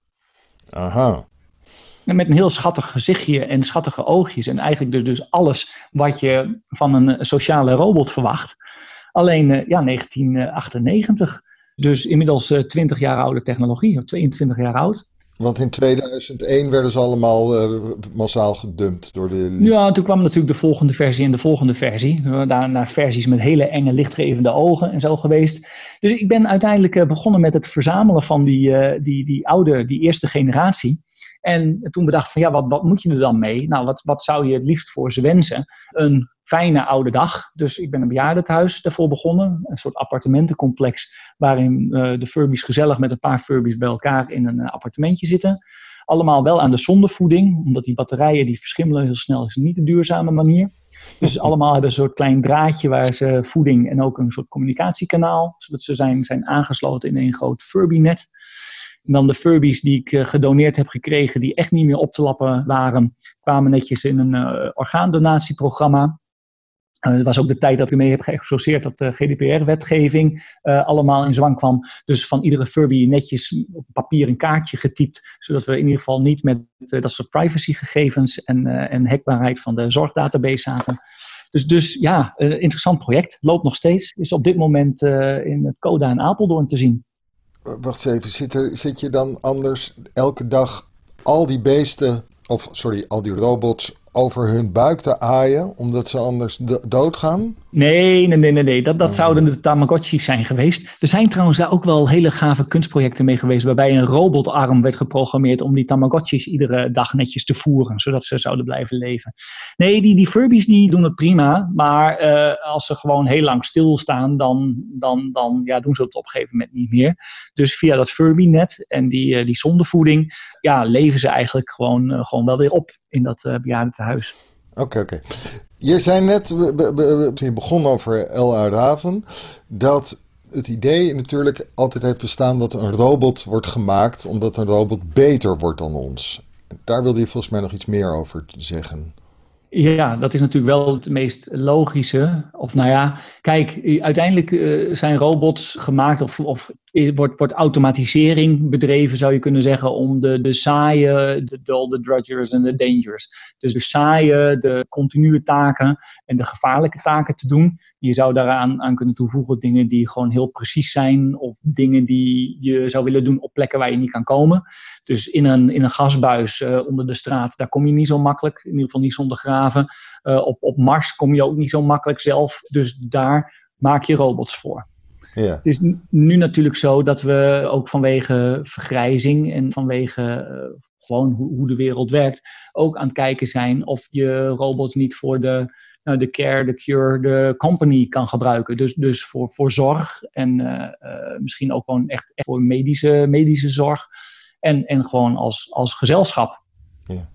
Aha. En met een heel schattig gezichtje en schattige oogjes. En eigenlijk dus alles wat je van een sociale robot verwacht. Alleen ja, negentien achtennegentig. Dus inmiddels uh, twintig jaar oude technologie. Of tweeëntwintig jaar oud. Want in tweeduizend één werden ze allemaal uh, massaal gedumpt door de... Ja, toen kwam natuurlijk de volgende versie en de volgende versie. Daarna versies met hele enge lichtgevende ogen en zo geweest. Dus ik ben uiteindelijk uh, begonnen met het verzamelen van die, uh, die, die oude, die eerste generatie. En toen bedacht van ja, wat, wat moet je er dan mee? Nou, wat, wat zou je het liefst voor ze wensen? Een fijne oude dag. Dus ik ben een bejaardentehuis daarvoor begonnen. Een soort appartementencomplex waarin uh, de Furbies gezellig met een paar Furbies bij elkaar in een uh, appartementje zitten. Allemaal wel aan de zondevoeding, omdat die batterijen die verschimmelen heel snel is niet de duurzame manier. Dus allemaal hebben een soort klein draadje waar ze voeding en ook een soort communicatiekanaal, zodat ze zijn, zijn aangesloten in een groot Furby-net. En dan de Furbies die ik uh, gedoneerd heb gekregen, die echt niet meer op te lappen waren, kwamen netjes in een uh, orgaandonatieprogramma. Uh, dat was ook de tijd dat ik mee heb geëxorceerd dat de G D P R-wetgeving uh, allemaal in zwang kwam. Dus van iedere Furby netjes op papier een kaartje getypt, zodat we in ieder geval niet met uh, dat soort privacygegevens en, uh, en hackbaarheid van de zorgdatabase zaten. Dus, dus ja, een uh, interessant project, loopt nog steeds, is op dit moment uh, in het Coda in Apeldoorn te zien. Wacht eens even, zit, er, zit je dan anders elke dag al die beesten, of sorry, al die robots over hun buik te aaien, omdat ze anders do- doodgaan? Nee, nee, nee, nee, nee. Dat, dat zouden de Tamagotchis zijn geweest. Er zijn trouwens daar ook wel hele gave kunstprojecten mee geweest, waarbij een robotarm werd geprogrammeerd om die Tamagotchis iedere dag netjes te voeren, zodat ze zouden blijven leven. Nee, die, die Furbies die doen het prima, maar uh, als ze gewoon heel lang stilstaan, dan, dan, dan ja, doen ze het op een gegeven moment niet meer. Dus via dat Furby-net en die, uh, die zondevoeding, ja, leven ze eigenlijk gewoon, uh, gewoon wel weer op in dat uh, bejaardentehuis. Oké, okay, oké. Okay. Je zei net, we, we, we, toen je begon over L A Raven, dat het idee natuurlijk altijd heeft bestaan dat een robot wordt gemaakt omdat een robot beter wordt dan ons. Daar wilde je volgens mij nog iets meer over zeggen. Ja, dat is natuurlijk wel het meest logische. Of nou ja, kijk, uiteindelijk uh, zijn robots gemaakt of, of wordt, wordt automatisering bedreven, zou je kunnen zeggen, om de, de saaie, de dull, de drudgers en de dangers. Dus de saaie, de continue taken en de gevaarlijke taken te doen. Je zou daaraan aan kunnen toevoegen dingen die gewoon heel precies zijn of dingen die je zou willen doen op plekken waar je niet kan komen. Dus in een, in een gasbuis uh, onder de straat, daar kom je niet zo makkelijk, in ieder geval niet zonder graven. Uh, op, op Mars kom je ook niet zo makkelijk zelf, dus daar maak je robots voor. Ja. Het is nu natuurlijk zo dat we ook vanwege vergrijzing en vanwege uh, gewoon hoe, hoe de wereld werkt, ook aan het kijken zijn of je robots niet voor de, uh, de care, de cure, de company kan gebruiken. Dus, dus voor, voor zorg en uh, uh, misschien ook gewoon echt, echt voor medische, medische zorg. En, en gewoon als, als gezelschap. Ja.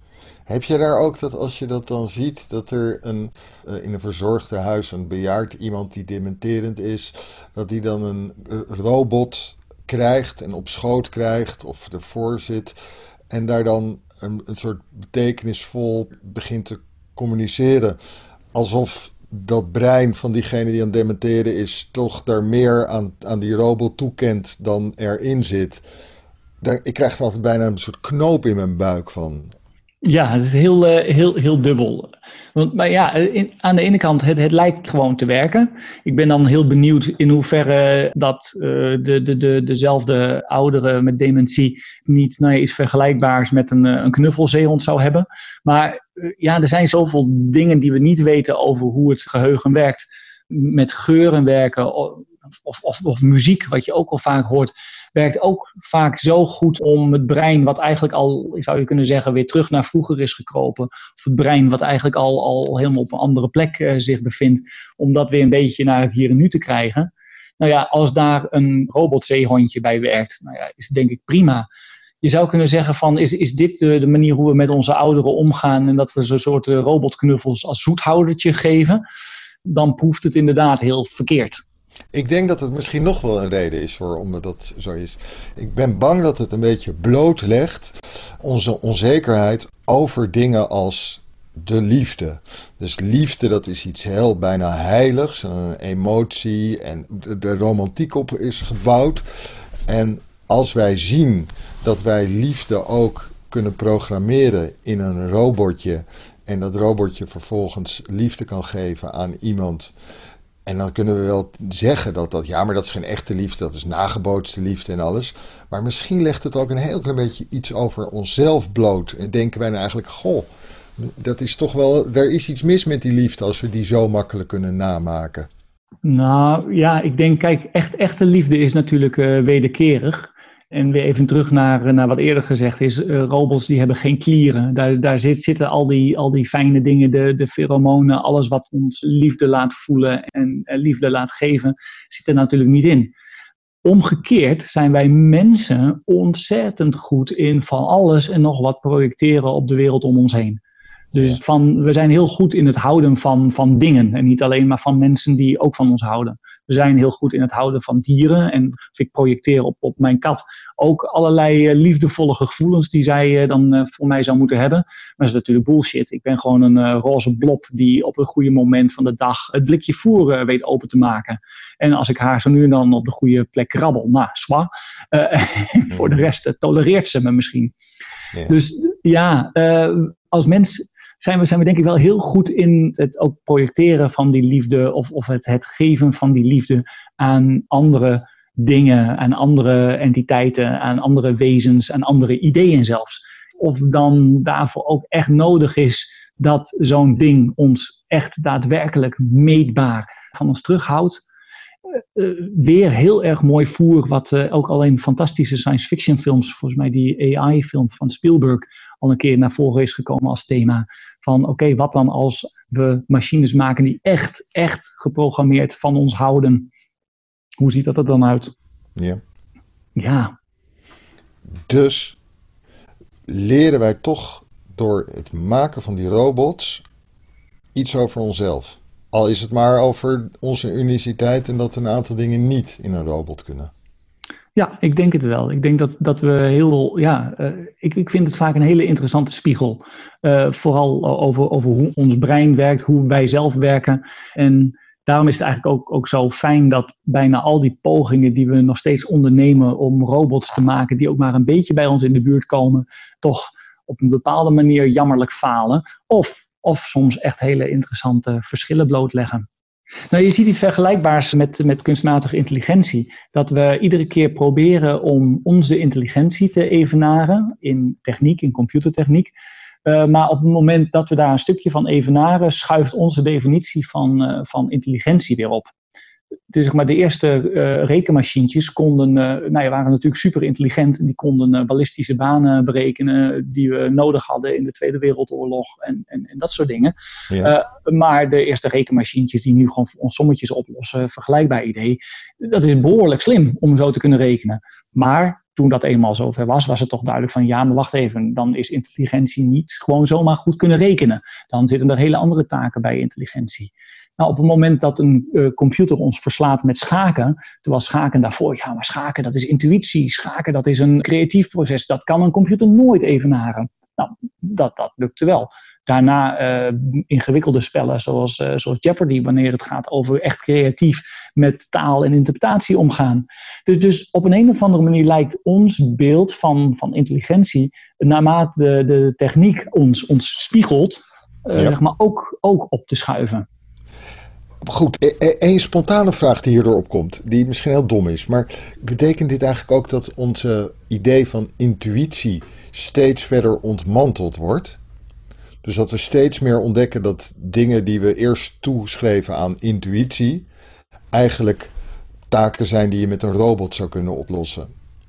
Heb je daar ook dat als je dat dan ziet, dat er een, uh, in een verzorgtehuis een bejaard iemand die dementerend is, dat die dan een robot krijgt en op schoot krijgt of ervoor zit en daar dan een, een soort betekenisvol begint te communiceren, alsof dat brein van diegene die aan het dementeren is toch daar meer aan, aan die robot toekent dan erin zit. Daar, ik krijg er altijd bijna een soort knoop in mijn buik van. Ja, het is heel, uh, heel, heel dubbel. Want, maar ja, in, aan de ene kant, het, het lijkt gewoon te werken. Ik ben dan heel benieuwd in hoeverre dat uh, de, de, de, dezelfde ouderen met dementie niet nou ja, iets vergelijkbaars met een, een knuffelzeehond zou hebben. Maar uh, ja, er zijn zoveel dingen die we niet weten over hoe het geheugen werkt. Met geuren werken of, of, of muziek, wat je ook al vaak hoort, werkt ook vaak zo goed om het brein, wat eigenlijk al, zou je kunnen zeggen, weer terug naar vroeger is gekropen. Of het brein wat eigenlijk al, al helemaal op een andere plek uh, zich bevindt, om dat weer een beetje naar het hier en nu te krijgen. Nou ja, als daar een robotzeehondje bij werkt, nou ja, is het denk ik prima. Je zou kunnen zeggen van, is, is dit de, de manier hoe we met onze ouderen omgaan en dat we zo'n soort uh, robotknuffels als zoethoudertje geven? Dan proeft het inderdaad heel verkeerd. Ik denk dat het misschien nog wel een reden is voor omdat dat zo is. Ik ben bang dat het een beetje blootlegt onze onzekerheid over dingen als de liefde. Dus liefde, dat is iets heel bijna heiligs, een emotie en de romantiek op is gebouwd. En als wij zien dat wij liefde ook kunnen programmeren in een robotje en dat robotje vervolgens liefde kan geven aan iemand. En dan kunnen we wel zeggen dat dat, ja, maar dat is geen echte liefde, dat is nagebootste liefde en alles. Maar misschien legt het ook een heel klein beetje iets over onszelf bloot. En denken wij nou eigenlijk, goh, dat is toch wel, er is iets mis met die liefde als we die zo makkelijk kunnen namaken. Nou ja, ik denk, kijk, echt, echte liefde is natuurlijk uh, wederkerig. En weer even terug naar, naar wat eerder gezegd is, uh, robots die hebben geen klieren. Daar, daar zit, zitten al die, al die fijne dingen, de, de pheromonen, alles wat ons liefde laat voelen en uh, liefde laat geven, zit er natuurlijk niet in. Omgekeerd zijn wij mensen ontzettend goed in van alles en nog wat projecteren op de wereld om ons heen. Dus van, we zijn heel goed in het houden van, van dingen en niet alleen maar van mensen die ook van ons houden. We zijn heel goed in het houden van dieren en ik projecteer op, op mijn kat ook allerlei uh, liefdevolle gevoelens die zij uh, dan uh, voor mij zou moeten hebben. Maar dat is natuurlijk bullshit. Ik ben gewoon een uh, roze blob die op een goede moment van de dag het blikje voer uh, weet open te maken. En als ik haar zo nu en dan op de goede plek krabbel, nou, zwa. Uh, voor de rest uh, tolereert ze me misschien. Yeah. Dus ja, uh, als mens zijn we, zijn we denk ik wel heel goed in het ook projecteren van die liefde of, of het, het geven van die liefde aan andere dingen, aan andere entiteiten, aan andere wezens, aan andere ideeën zelfs. Of dan daarvoor ook echt nodig is dat zo'n ding ons echt daadwerkelijk meetbaar van ons terughoudt. Uh, uh, weer heel erg mooi voer, wat uh, ook al in fantastische science fiction films, volgens mij die A I-film van Spielberg, al een keer naar voren is gekomen als thema. Van oké, okay, wat dan als we machines maken die echt, echt geprogrammeerd van ons houden? Hoe ziet dat er dan uit? Ja. Ja. Dus leren wij toch door het maken van die robots iets over onszelf. Al is het maar over onze uniciteit en dat een aantal dingen niet in een robot kunnen. Ja, ik denk het wel. Ik denk dat, dat we heel, ja, uh, ik, ik vind het vaak een hele interessante spiegel. Uh, vooral over, over hoe ons brein werkt, hoe wij zelf werken. En daarom is het eigenlijk ook, ook zo fijn dat bijna al die pogingen die we nog steeds ondernemen om robots te maken, die ook maar een beetje bij ons in de buurt komen, toch op een bepaalde manier jammerlijk falen. Of, of soms echt hele interessante verschillen blootleggen. Nou, je ziet iets vergelijkbaars met, met kunstmatige intelligentie. Dat we iedere keer proberen om onze intelligentie te evenaren in techniek, in computertechniek. Uh, maar op het moment dat we daar een stukje van evenaren, schuift onze definitie van, uh, van intelligentie weer op. Dus zeg maar, de eerste uh, rekenmachientjes konden, uh, nou ja, waren natuurlijk super intelligent. En die konden uh, ballistische banen berekenen die we nodig hadden in de Tweede Wereldoorlog en, en, en dat soort dingen. Ja. Uh, maar de eerste rekenmachientjes die nu gewoon voor ons sommetjes oplossen, vergelijkbaar idee. Dat is behoorlijk slim om zo te kunnen rekenen. Maar toen dat eenmaal zover was, was het toch duidelijk van ja, maar wacht even, dan is intelligentie niet gewoon zomaar goed kunnen rekenen. Dan zitten er hele andere taken bij intelligentie. Nou, op het moment dat een uh, computer ons verslaat met schaken, terwijl schaken daarvoor, ja, maar schaken dat is intuïtie, schaken dat is een creatief proces, dat kan een computer nooit evenaren. Nou, dat, dat lukte wel. Daarna uh, ingewikkelde spellen zoals, uh, zoals Jeopardy, wanneer het gaat over echt creatief met taal en interpretatie omgaan. Dus, dus op een, een of andere manier lijkt ons beeld van, van intelligentie, naarmate de, de techniek ons, ons spiegelt, uh, ja. zeg maar ook, ook op te schuiven. Goed, een spontane vraag die hierdoor opkomt, die misschien heel dom is, maar betekent dit eigenlijk ook dat onze idee van intuïtie steeds verder ontmanteld wordt? Dus dat we steeds meer ontdekken dat dingen die we eerst toeschreven aan intuïtie eigenlijk taken zijn die je met een robot zou kunnen oplossen?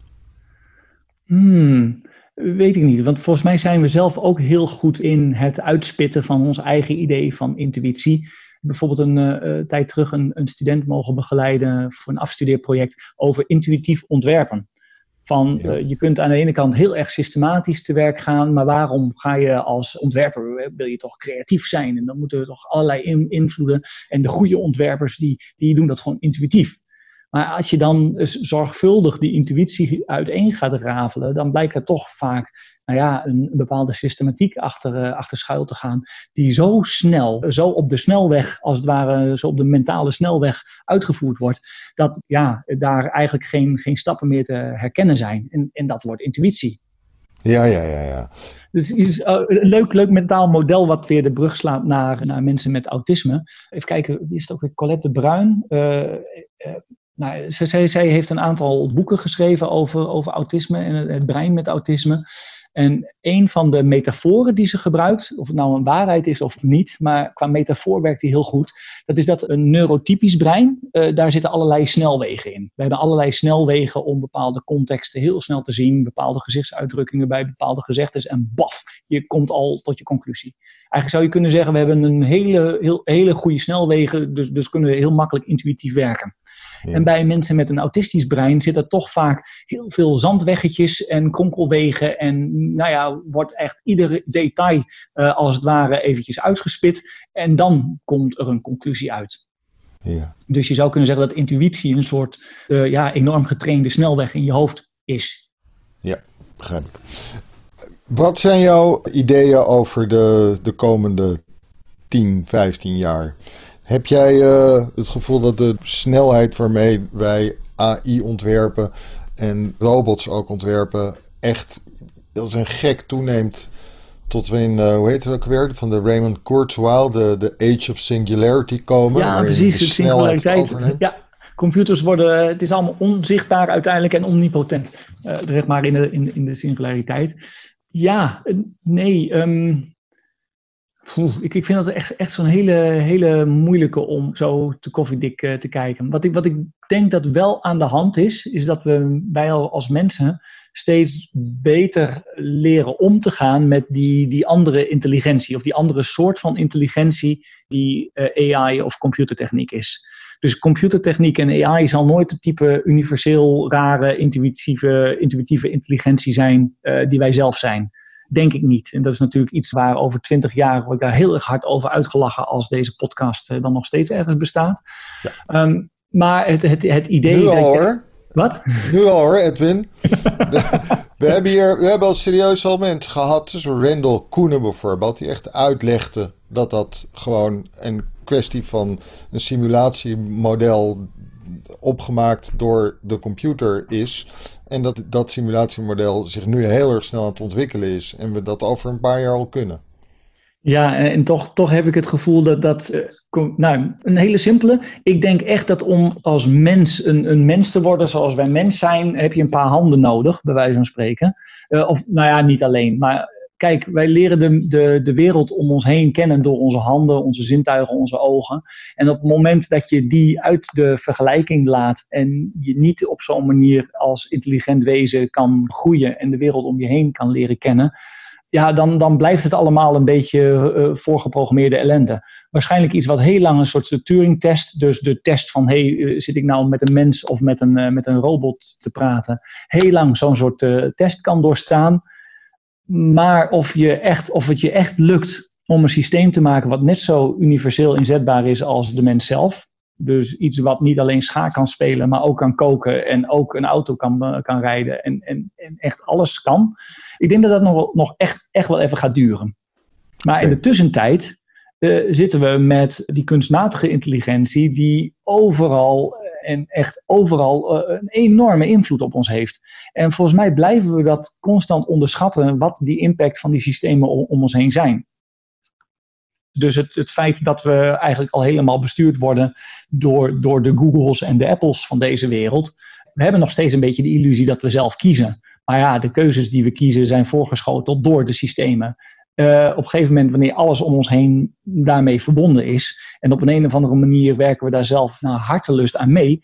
Hmm, weet ik niet, want volgens mij zijn we zelf ook heel goed in het uitspitten van ons eigen idee van intuïtie. Bijvoorbeeld een uh, tijd terug een, een student mogen begeleiden voor een afstudeerproject over intuïtief ontwerpen. Van, ja. uh, je kunt aan de ene kant heel erg systematisch te werk gaan, maar waarom ga je als ontwerper, wil je toch creatief zijn? En dan moeten er toch allerlei in, invloeden. En de goede ontwerpers, die, die doen dat gewoon intuïtief. Maar als je dan zorgvuldig die intuïtie uiteen gaat rafelen, dan blijkt er toch vaak nou ja, een, een bepaalde systematiek achter, uh, achter schuil te gaan, die zo snel, zo op de snelweg, als het ware, zo op de mentale snelweg uitgevoerd wordt, dat ja, daar eigenlijk geen, geen stappen meer te herkennen zijn. En, en dat wordt intuïtie. Ja, ja, ja, ja. Dus het is uh, een leuk, leuk mentaal model wat weer de brug slaat naar, naar mensen met autisme. Even kijken, wie is het ook weer? Colette de Bruin. Uh, uh, Nou, zij, zij heeft een aantal boeken geschreven over, over autisme en het, het brein met autisme. En een van de metaforen die ze gebruikt, of het nou een waarheid is of niet, maar qua metafoor werkt die heel goed. Dat is dat een neurotypisch brein, uh, daar zitten allerlei snelwegen in. We hebben allerlei snelwegen om bepaalde contexten heel snel te zien, bepaalde gezichtsuitdrukkingen bij bepaalde gezegdes en baf, je komt al tot je conclusie. Eigenlijk zou je kunnen zeggen, we hebben een hele, heel, hele goede snelwegen, dus, dus kunnen we heel makkelijk intuïtief werken. Ja. En bij mensen met een autistisch brein zit er toch vaak heel veel zandweggetjes en kronkelwegen. En nou ja, wordt echt ieder detail uh, als het ware eventjes uitgespit. En dan komt er een conclusie uit. Ja. Dus je zou kunnen zeggen dat intuïtie een soort uh, ja, enorm getrainde snelweg in je hoofd is. Ja, begrijp ik. Wat zijn jouw ideeën over de, de komende tien, vijftien jaar? Heb jij uh, het gevoel dat de snelheid waarmee wij A I ontwerpen en robots ook ontwerpen echt als een gek toeneemt tot we in, uh, hoe heet het ook weer, van de Raymond Kurzweil, de, de Age of Singularity komen? Ja, precies, de singulariteit. Ja, computers worden, het is allemaal onzichtbaar uiteindelijk en omnipotent, uh, zeg maar in de, in, in de singulariteit. Ja, nee, um, Oeh, ik, ik vind dat echt, echt zo'n hele, hele moeilijke om zo te koffiedik uh, te kijken. Wat ik, wat ik denk dat wel aan de hand is, is dat we, wij als mensen steeds beter leren om te gaan met die, die andere intelligentie. Of die andere soort van intelligentie die uh, A I of computertechniek is. Dus computertechniek en A I zal nooit het type universeel rare intuïtieve, intuïtieve intelligentie zijn uh, die wij zelf zijn. Denk ik niet. En dat is natuurlijk iets waar over twintig jaar word ik daar heel erg hard over uitgelachen als deze podcast uh, dan nog steeds ergens bestaat. Ja. Um, maar het, het, het idee... Nu dat al je... hoor. Wat? Nu al hoor, Edwin. De, we hebben hier we hebben al serieus al mensen gehad, zoals Randall Koenen bijvoorbeeld, die echt uitlegde dat dat gewoon een kwestie van een simulatiemodel opgemaakt door de computer is. En dat dat simulatiemodel zich nu heel erg snel aan het ontwikkelen is. En we dat over een paar jaar al kunnen. Ja, en, en toch, toch heb ik het gevoel dat dat... Uh, kom, nou, een hele simpele. Ik denk echt dat om als mens een, een mens te worden zoals wij mens zijn, heb je een paar handen nodig, bij wijze van spreken. Uh, of nou ja, niet alleen. Maar kijk, wij leren de, de, de wereld om ons heen kennen door onze handen, onze zintuigen, onze ogen. En op het moment dat je die uit de vergelijking laat en je niet op zo'n manier als intelligent wezen kan groeien en de wereld om je heen kan leren kennen, ja, dan, dan blijft het allemaal een beetje uh, voorgeprogrammeerde ellende. Waarschijnlijk iets wat heel lang een soort Turing-test, dus de test van, hey, uh, zit ik nou met een mens of met een, uh, met een robot te praten, heel lang zo'n soort uh, test kan doorstaan. Maar of, je echt, of het je echt lukt om een systeem te maken wat net zo universeel inzetbaar is als de mens zelf. Dus iets wat niet alleen schaak kan spelen, maar ook kan koken en ook een auto kan, uh, kan rijden en, en, en echt alles kan. Ik denk dat dat nog, nog echt, echt wel even gaat duren. Maar okay. In de tussentijd uh, zitten we met die kunstmatige intelligentie die overal en echt overal uh, een enorme invloed op ons heeft. En volgens mij blijven we dat constant onderschatten wat die impact van die systemen om, om ons heen zijn. Dus het, het feit dat we eigenlijk al helemaal bestuurd worden door, door de Googles en de Apples van deze wereld. We hebben nog steeds een beetje de illusie dat we zelf kiezen. Maar ja, de keuzes die we kiezen zijn voorgeschoteld door de systemen. Uh, op een gegeven moment, wanneer alles om ons heen daarmee verbonden is. En op een, een of andere manier werken we daar zelf naar hartelust aan mee.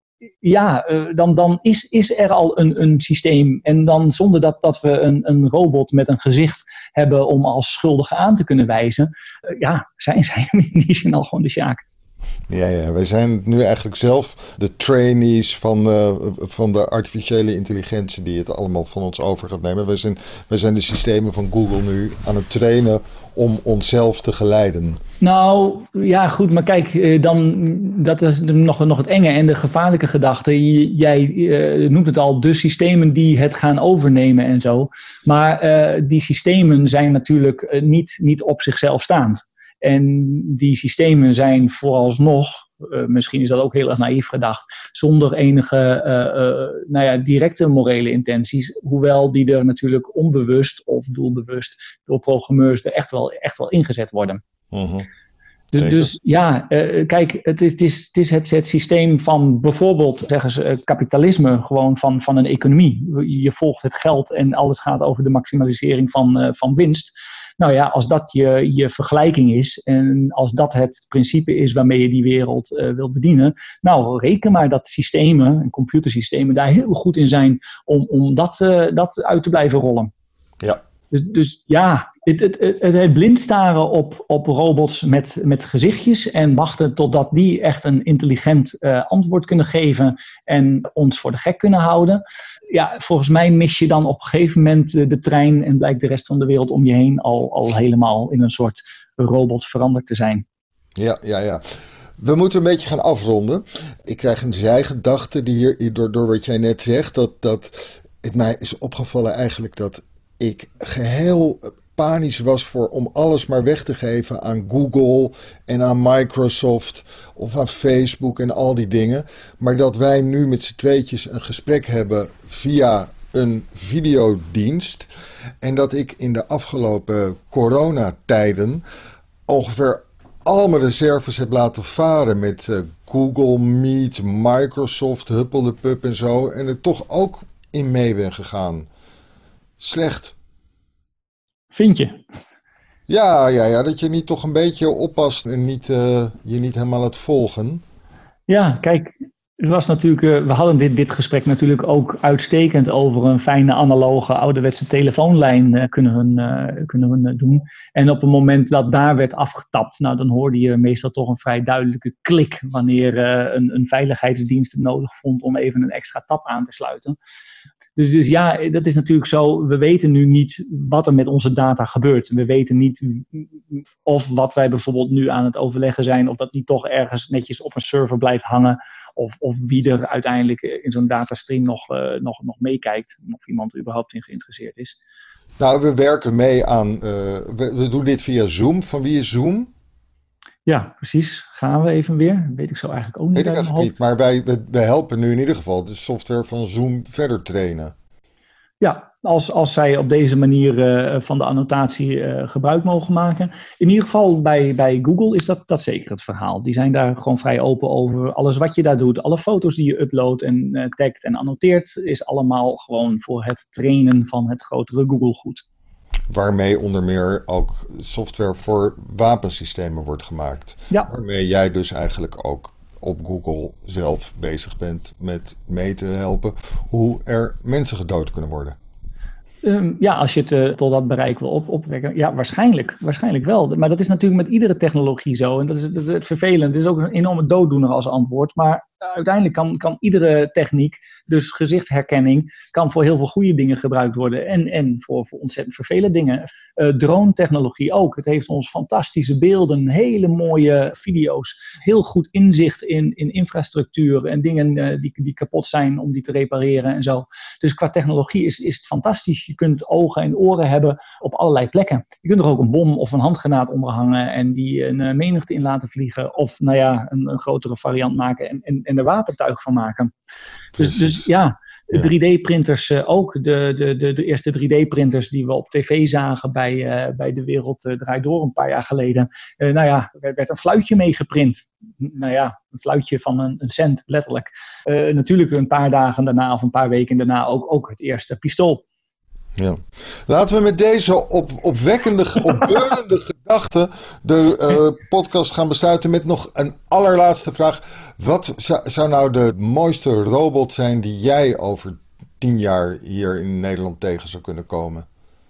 Ja, uh, dan, dan is, is er al een, een systeem. En dan zonder dat, dat we een, een robot met een gezicht hebben om als schuldige aan te kunnen wijzen. Uh, ja, zijn zij in die zin al gewoon de sjaak. Ja, ja, wij zijn nu eigenlijk zelf de trainees van, uh, van de artificiële intelligentie die het allemaal van ons over gaat nemen. Wij zijn, wij zijn de systemen van Google nu aan het trainen om onszelf te geleiden. Nou, ja goed, maar kijk, dan, dat is nog, nog het enge en de gevaarlijke gedachte. Jij uh, noemt het al, de systemen die het gaan overnemen en zo. Maar uh, die systemen zijn natuurlijk uh, niet, niet op zichzelf staand. En die systemen zijn vooralsnog, uh, misschien is dat ook heel erg naïef gedacht, zonder enige uh, uh, nou ja, directe morele intenties. Hoewel die er natuurlijk onbewust of doelbewust door programmeurs er echt wel, echt wel ingezet worden. Uh-huh. Dus, dus ja, uh, kijk, het is, het is, het, is het, het systeem van bijvoorbeeld, zeggen ze, uh, kapitalisme, gewoon van, van een economie. Je volgt het geld en alles gaat over de maximalisering van, uh, van winst. Nou ja, als dat je, je vergelijking is en als dat het principe is waarmee je die wereld uh, wilt bedienen, nou reken maar dat systemen en computersystemen daar heel goed in zijn om, om dat, uh, dat uit te blijven rollen. Ja. Dus, dus ja, het, het, het, het blind staren op, op robots met, met gezichtjes en wachten totdat die echt een intelligent uh, antwoord kunnen geven en ons voor de gek kunnen houden. Ja, volgens mij mis je dan op een gegeven moment uh, de trein en blijkt de rest van de wereld om je heen al, al helemaal in een soort robot veranderd te zijn. Ja, ja, ja. We moeten een beetje gaan afronden. Ik krijg een zijgedachte die hier, door, door wat jij net zegt, dat, dat het mij is opgevallen eigenlijk dat ik geheel panisch was voor om alles maar weg te geven aan Google en aan Microsoft of aan Facebook en al die dingen. Maar dat wij nu met z'n tweetjes een gesprek hebben via een videodienst. En dat ik in de afgelopen coronatijden ongeveer al mijn reserves heb laten varen met uh, Google Meet, Microsoft, Huppel de Pup en zo. En er toch ook in mee ben gegaan. Slecht. Vind je? Ja, ja, ja, dat je niet toch een beetje oppast en niet, uh, je niet helemaal het volgen. Ja, kijk, het was natuurlijk, uh, we hadden dit, dit gesprek natuurlijk ook uitstekend over een fijne analoge ouderwetse telefoonlijn uh, kunnen we, uh, kunnen we uh, doen. En op het moment dat daar werd afgetapt, nou dan hoorde je meestal toch een vrij duidelijke klik wanneer uh, een, een veiligheidsdienst het nodig vond om even een extra tap aan te sluiten. Dus, dus ja, dat is natuurlijk zo. We weten nu niet wat er met onze data gebeurt. We weten niet of wat wij bijvoorbeeld nu aan het overleggen zijn, of dat niet toch ergens netjes op een server blijft hangen. Of, of wie er uiteindelijk in zo'n datastream nog, uh, nog, nog meekijkt. Of iemand er überhaupt in geïnteresseerd is. Nou, we werken mee aan... Uh, we, we doen dit via Zoom. Van wie is Zoom? Ja, precies. Gaan we even weer. Weet ik zo eigenlijk ook niet. Weet ik eigenlijk niet, maar wij, wij helpen nu in ieder geval de software van Zoom verder trainen. Ja, als, als zij op deze manier uh, van de annotatie uh, gebruik mogen maken. In ieder geval bij, bij Google is dat, dat zeker het verhaal. Die zijn daar gewoon vrij open over. Alles wat je daar doet, alle foto's die je uploadt en uh, tagt en annoteert, is allemaal gewoon voor het trainen van het grotere Google goed. Waarmee onder meer ook software voor wapensystemen wordt gemaakt. Ja. Waarmee jij dus eigenlijk ook op Google zelf bezig bent met mee te helpen hoe er mensen gedood kunnen worden. Um, ja, als je het uh, tot dat bereik wil op, opwekken. Ja, waarschijnlijk. Waarschijnlijk wel. Maar dat is natuurlijk met iedere technologie zo. En dat is, dat is het vervelend. Het is ook een enorme dooddoener als antwoord. Maar uh, uiteindelijk kan, kan iedere techniek, dus gezichtsherkenning, kan voor heel veel goede dingen gebruikt worden. En, en voor, voor ontzettend vervelende dingen. Uh, drone-technologie ook. Het heeft ons fantastische beelden, hele mooie video's, heel goed inzicht in, in infrastructuur en dingen uh, die, die kapot zijn om die te repareren en zo. Dus qua technologie is, is het fantastisch. Je kunt ogen en oren hebben op allerlei plekken. Je kunt er ook een bom of een handgranaat onder hangen en die een uh, menigte in laten vliegen. Of nou ja, een, een grotere variant maken en, en, en er wapentuig van maken. Dus, dus ja, ja. drie D-printers uh, ook. De, de, de, de eerste drie D-printers die we op tv zagen bij, uh, bij De Wereld uh, Draait Door een paar jaar geleden. Uh, nou ja, er werd een fluitje mee geprint. Nou ja, een fluitje van een, een cent, letterlijk. Uh, natuurlijk een paar dagen daarna of een paar weken daarna ook, ook het eerste pistool. Ja. Laten we met deze op, opwekkende, opbeurende gedachten de uh, podcast gaan besluiten met nog een allerlaatste vraag. Wat zou, zou nou de mooiste robot zijn die jij over tien jaar hier in Nederland tegen zou kunnen komen?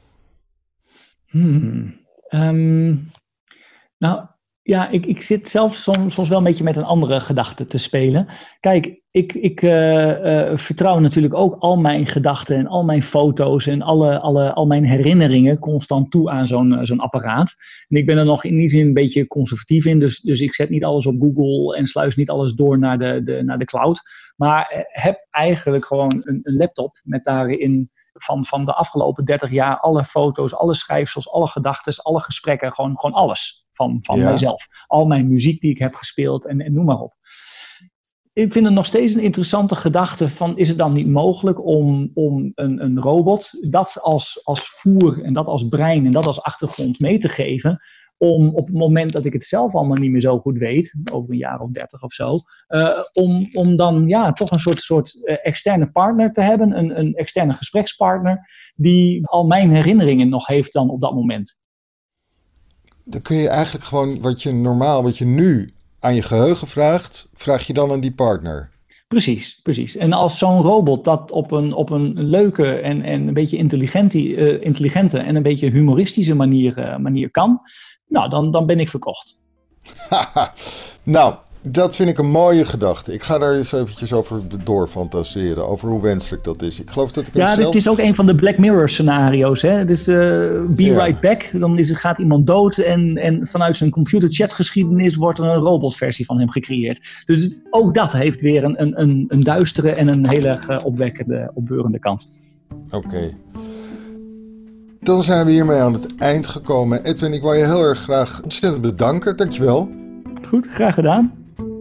Hmm. Um, nou, ja, ik, ik zit zelf soms, soms wel een beetje met een andere gedachte te spelen. Kijk, ik, ik uh, uh, vertrouw natuurlijk ook al mijn gedachten en al mijn foto's en alle, alle, al mijn herinneringen constant toe aan zo'n, uh, zo'n apparaat. En ik ben er nog in die zin een beetje conservatief in, dus, dus ik zet niet alles op Google en sluis niet alles door naar de, de, naar de cloud. Maar uh, heb eigenlijk gewoon een, een laptop met daarin van, van de afgelopen dertig jaar alle foto's, alle schrijfsels, alle gedachten, alle gesprekken, gewoon, gewoon alles van, van ja. mijzelf. Al mijn muziek die ik heb gespeeld en, en noem maar op. Ik vind het nog steeds een interessante gedachte van, is het dan niet mogelijk om, om een, een robot dat als, als voer en dat als brein en dat als achtergrond mee te geven, om op het moment dat ik het zelf allemaal niet meer zo goed weet, over een jaar of dertig of zo, uh, om, om dan ja, toch een soort, soort uh, externe partner te hebben, een, een externe gesprekspartner, die al mijn herinneringen nog heeft dan op dat moment. Dan kun je eigenlijk gewoon wat je normaal, wat je nu aan je geheugen vraagt, vraag je dan aan die partner. Precies, precies. En als zo'n robot dat op een, op een leuke en, en een beetje intelligente, uh, intelligente en een beetje humoristische manier, uh, manier kan, nou, dan, dan ben ik verkocht. Nou, dat vind ik een mooie gedachte. Ik ga daar eens eventjes over doorfantaseren, over hoe wenselijk dat is. Ik geloof dat ik hem Ja, zelf... dit is ook een van de Black Mirror scenario's. Hè? Dus uh, be ja. right back, dan is, gaat iemand dood en, en vanuit zijn computerchatgeschiedenis wordt er een robotversie van hem gecreëerd. Dus ook dat heeft weer een, een, een, een duistere en een heel erg uh, opwekkende, opbeurende kant. Oké. Okay. Dan zijn we hiermee aan het eind gekomen. Edwin, ik wil je heel erg graag ontzettend bedanken. Dankjewel. Goed, graag gedaan.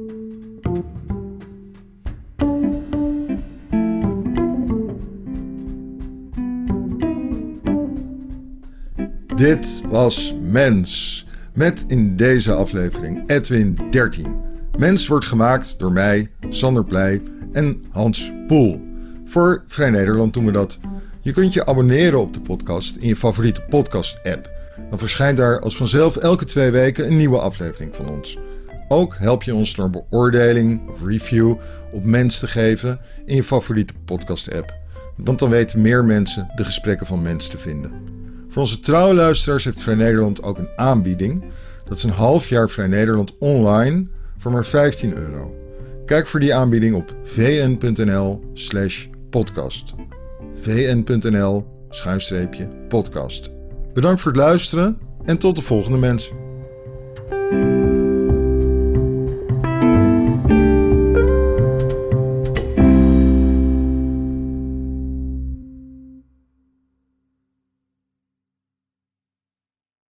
Dit was Mens. Met in deze aflevering Edwin dertien. Mens wordt gemaakt door mij, Sander Pleij en Hans Poel. Voor Vrij Nederland doen we dat. Je kunt je abonneren op de podcast in je favoriete podcast-app. Dan verschijnt daar als vanzelf elke twee weken een nieuwe aflevering van ons. Ook help je ons door een beoordeling of review op Mens te geven in je favoriete podcast-app. Want dan weten meer mensen de gesprekken van Mens te vinden. Voor onze trouwe luisteraars heeft Vrij Nederland ook een aanbieding. Dat is een half jaar Vrij Nederland online voor maar vijftien euro. Kijk voor die aanbieding op vn.nl slash podcast. vn.nl schuinstreepje podcast. Bedankt voor het luisteren en tot de volgende Mens.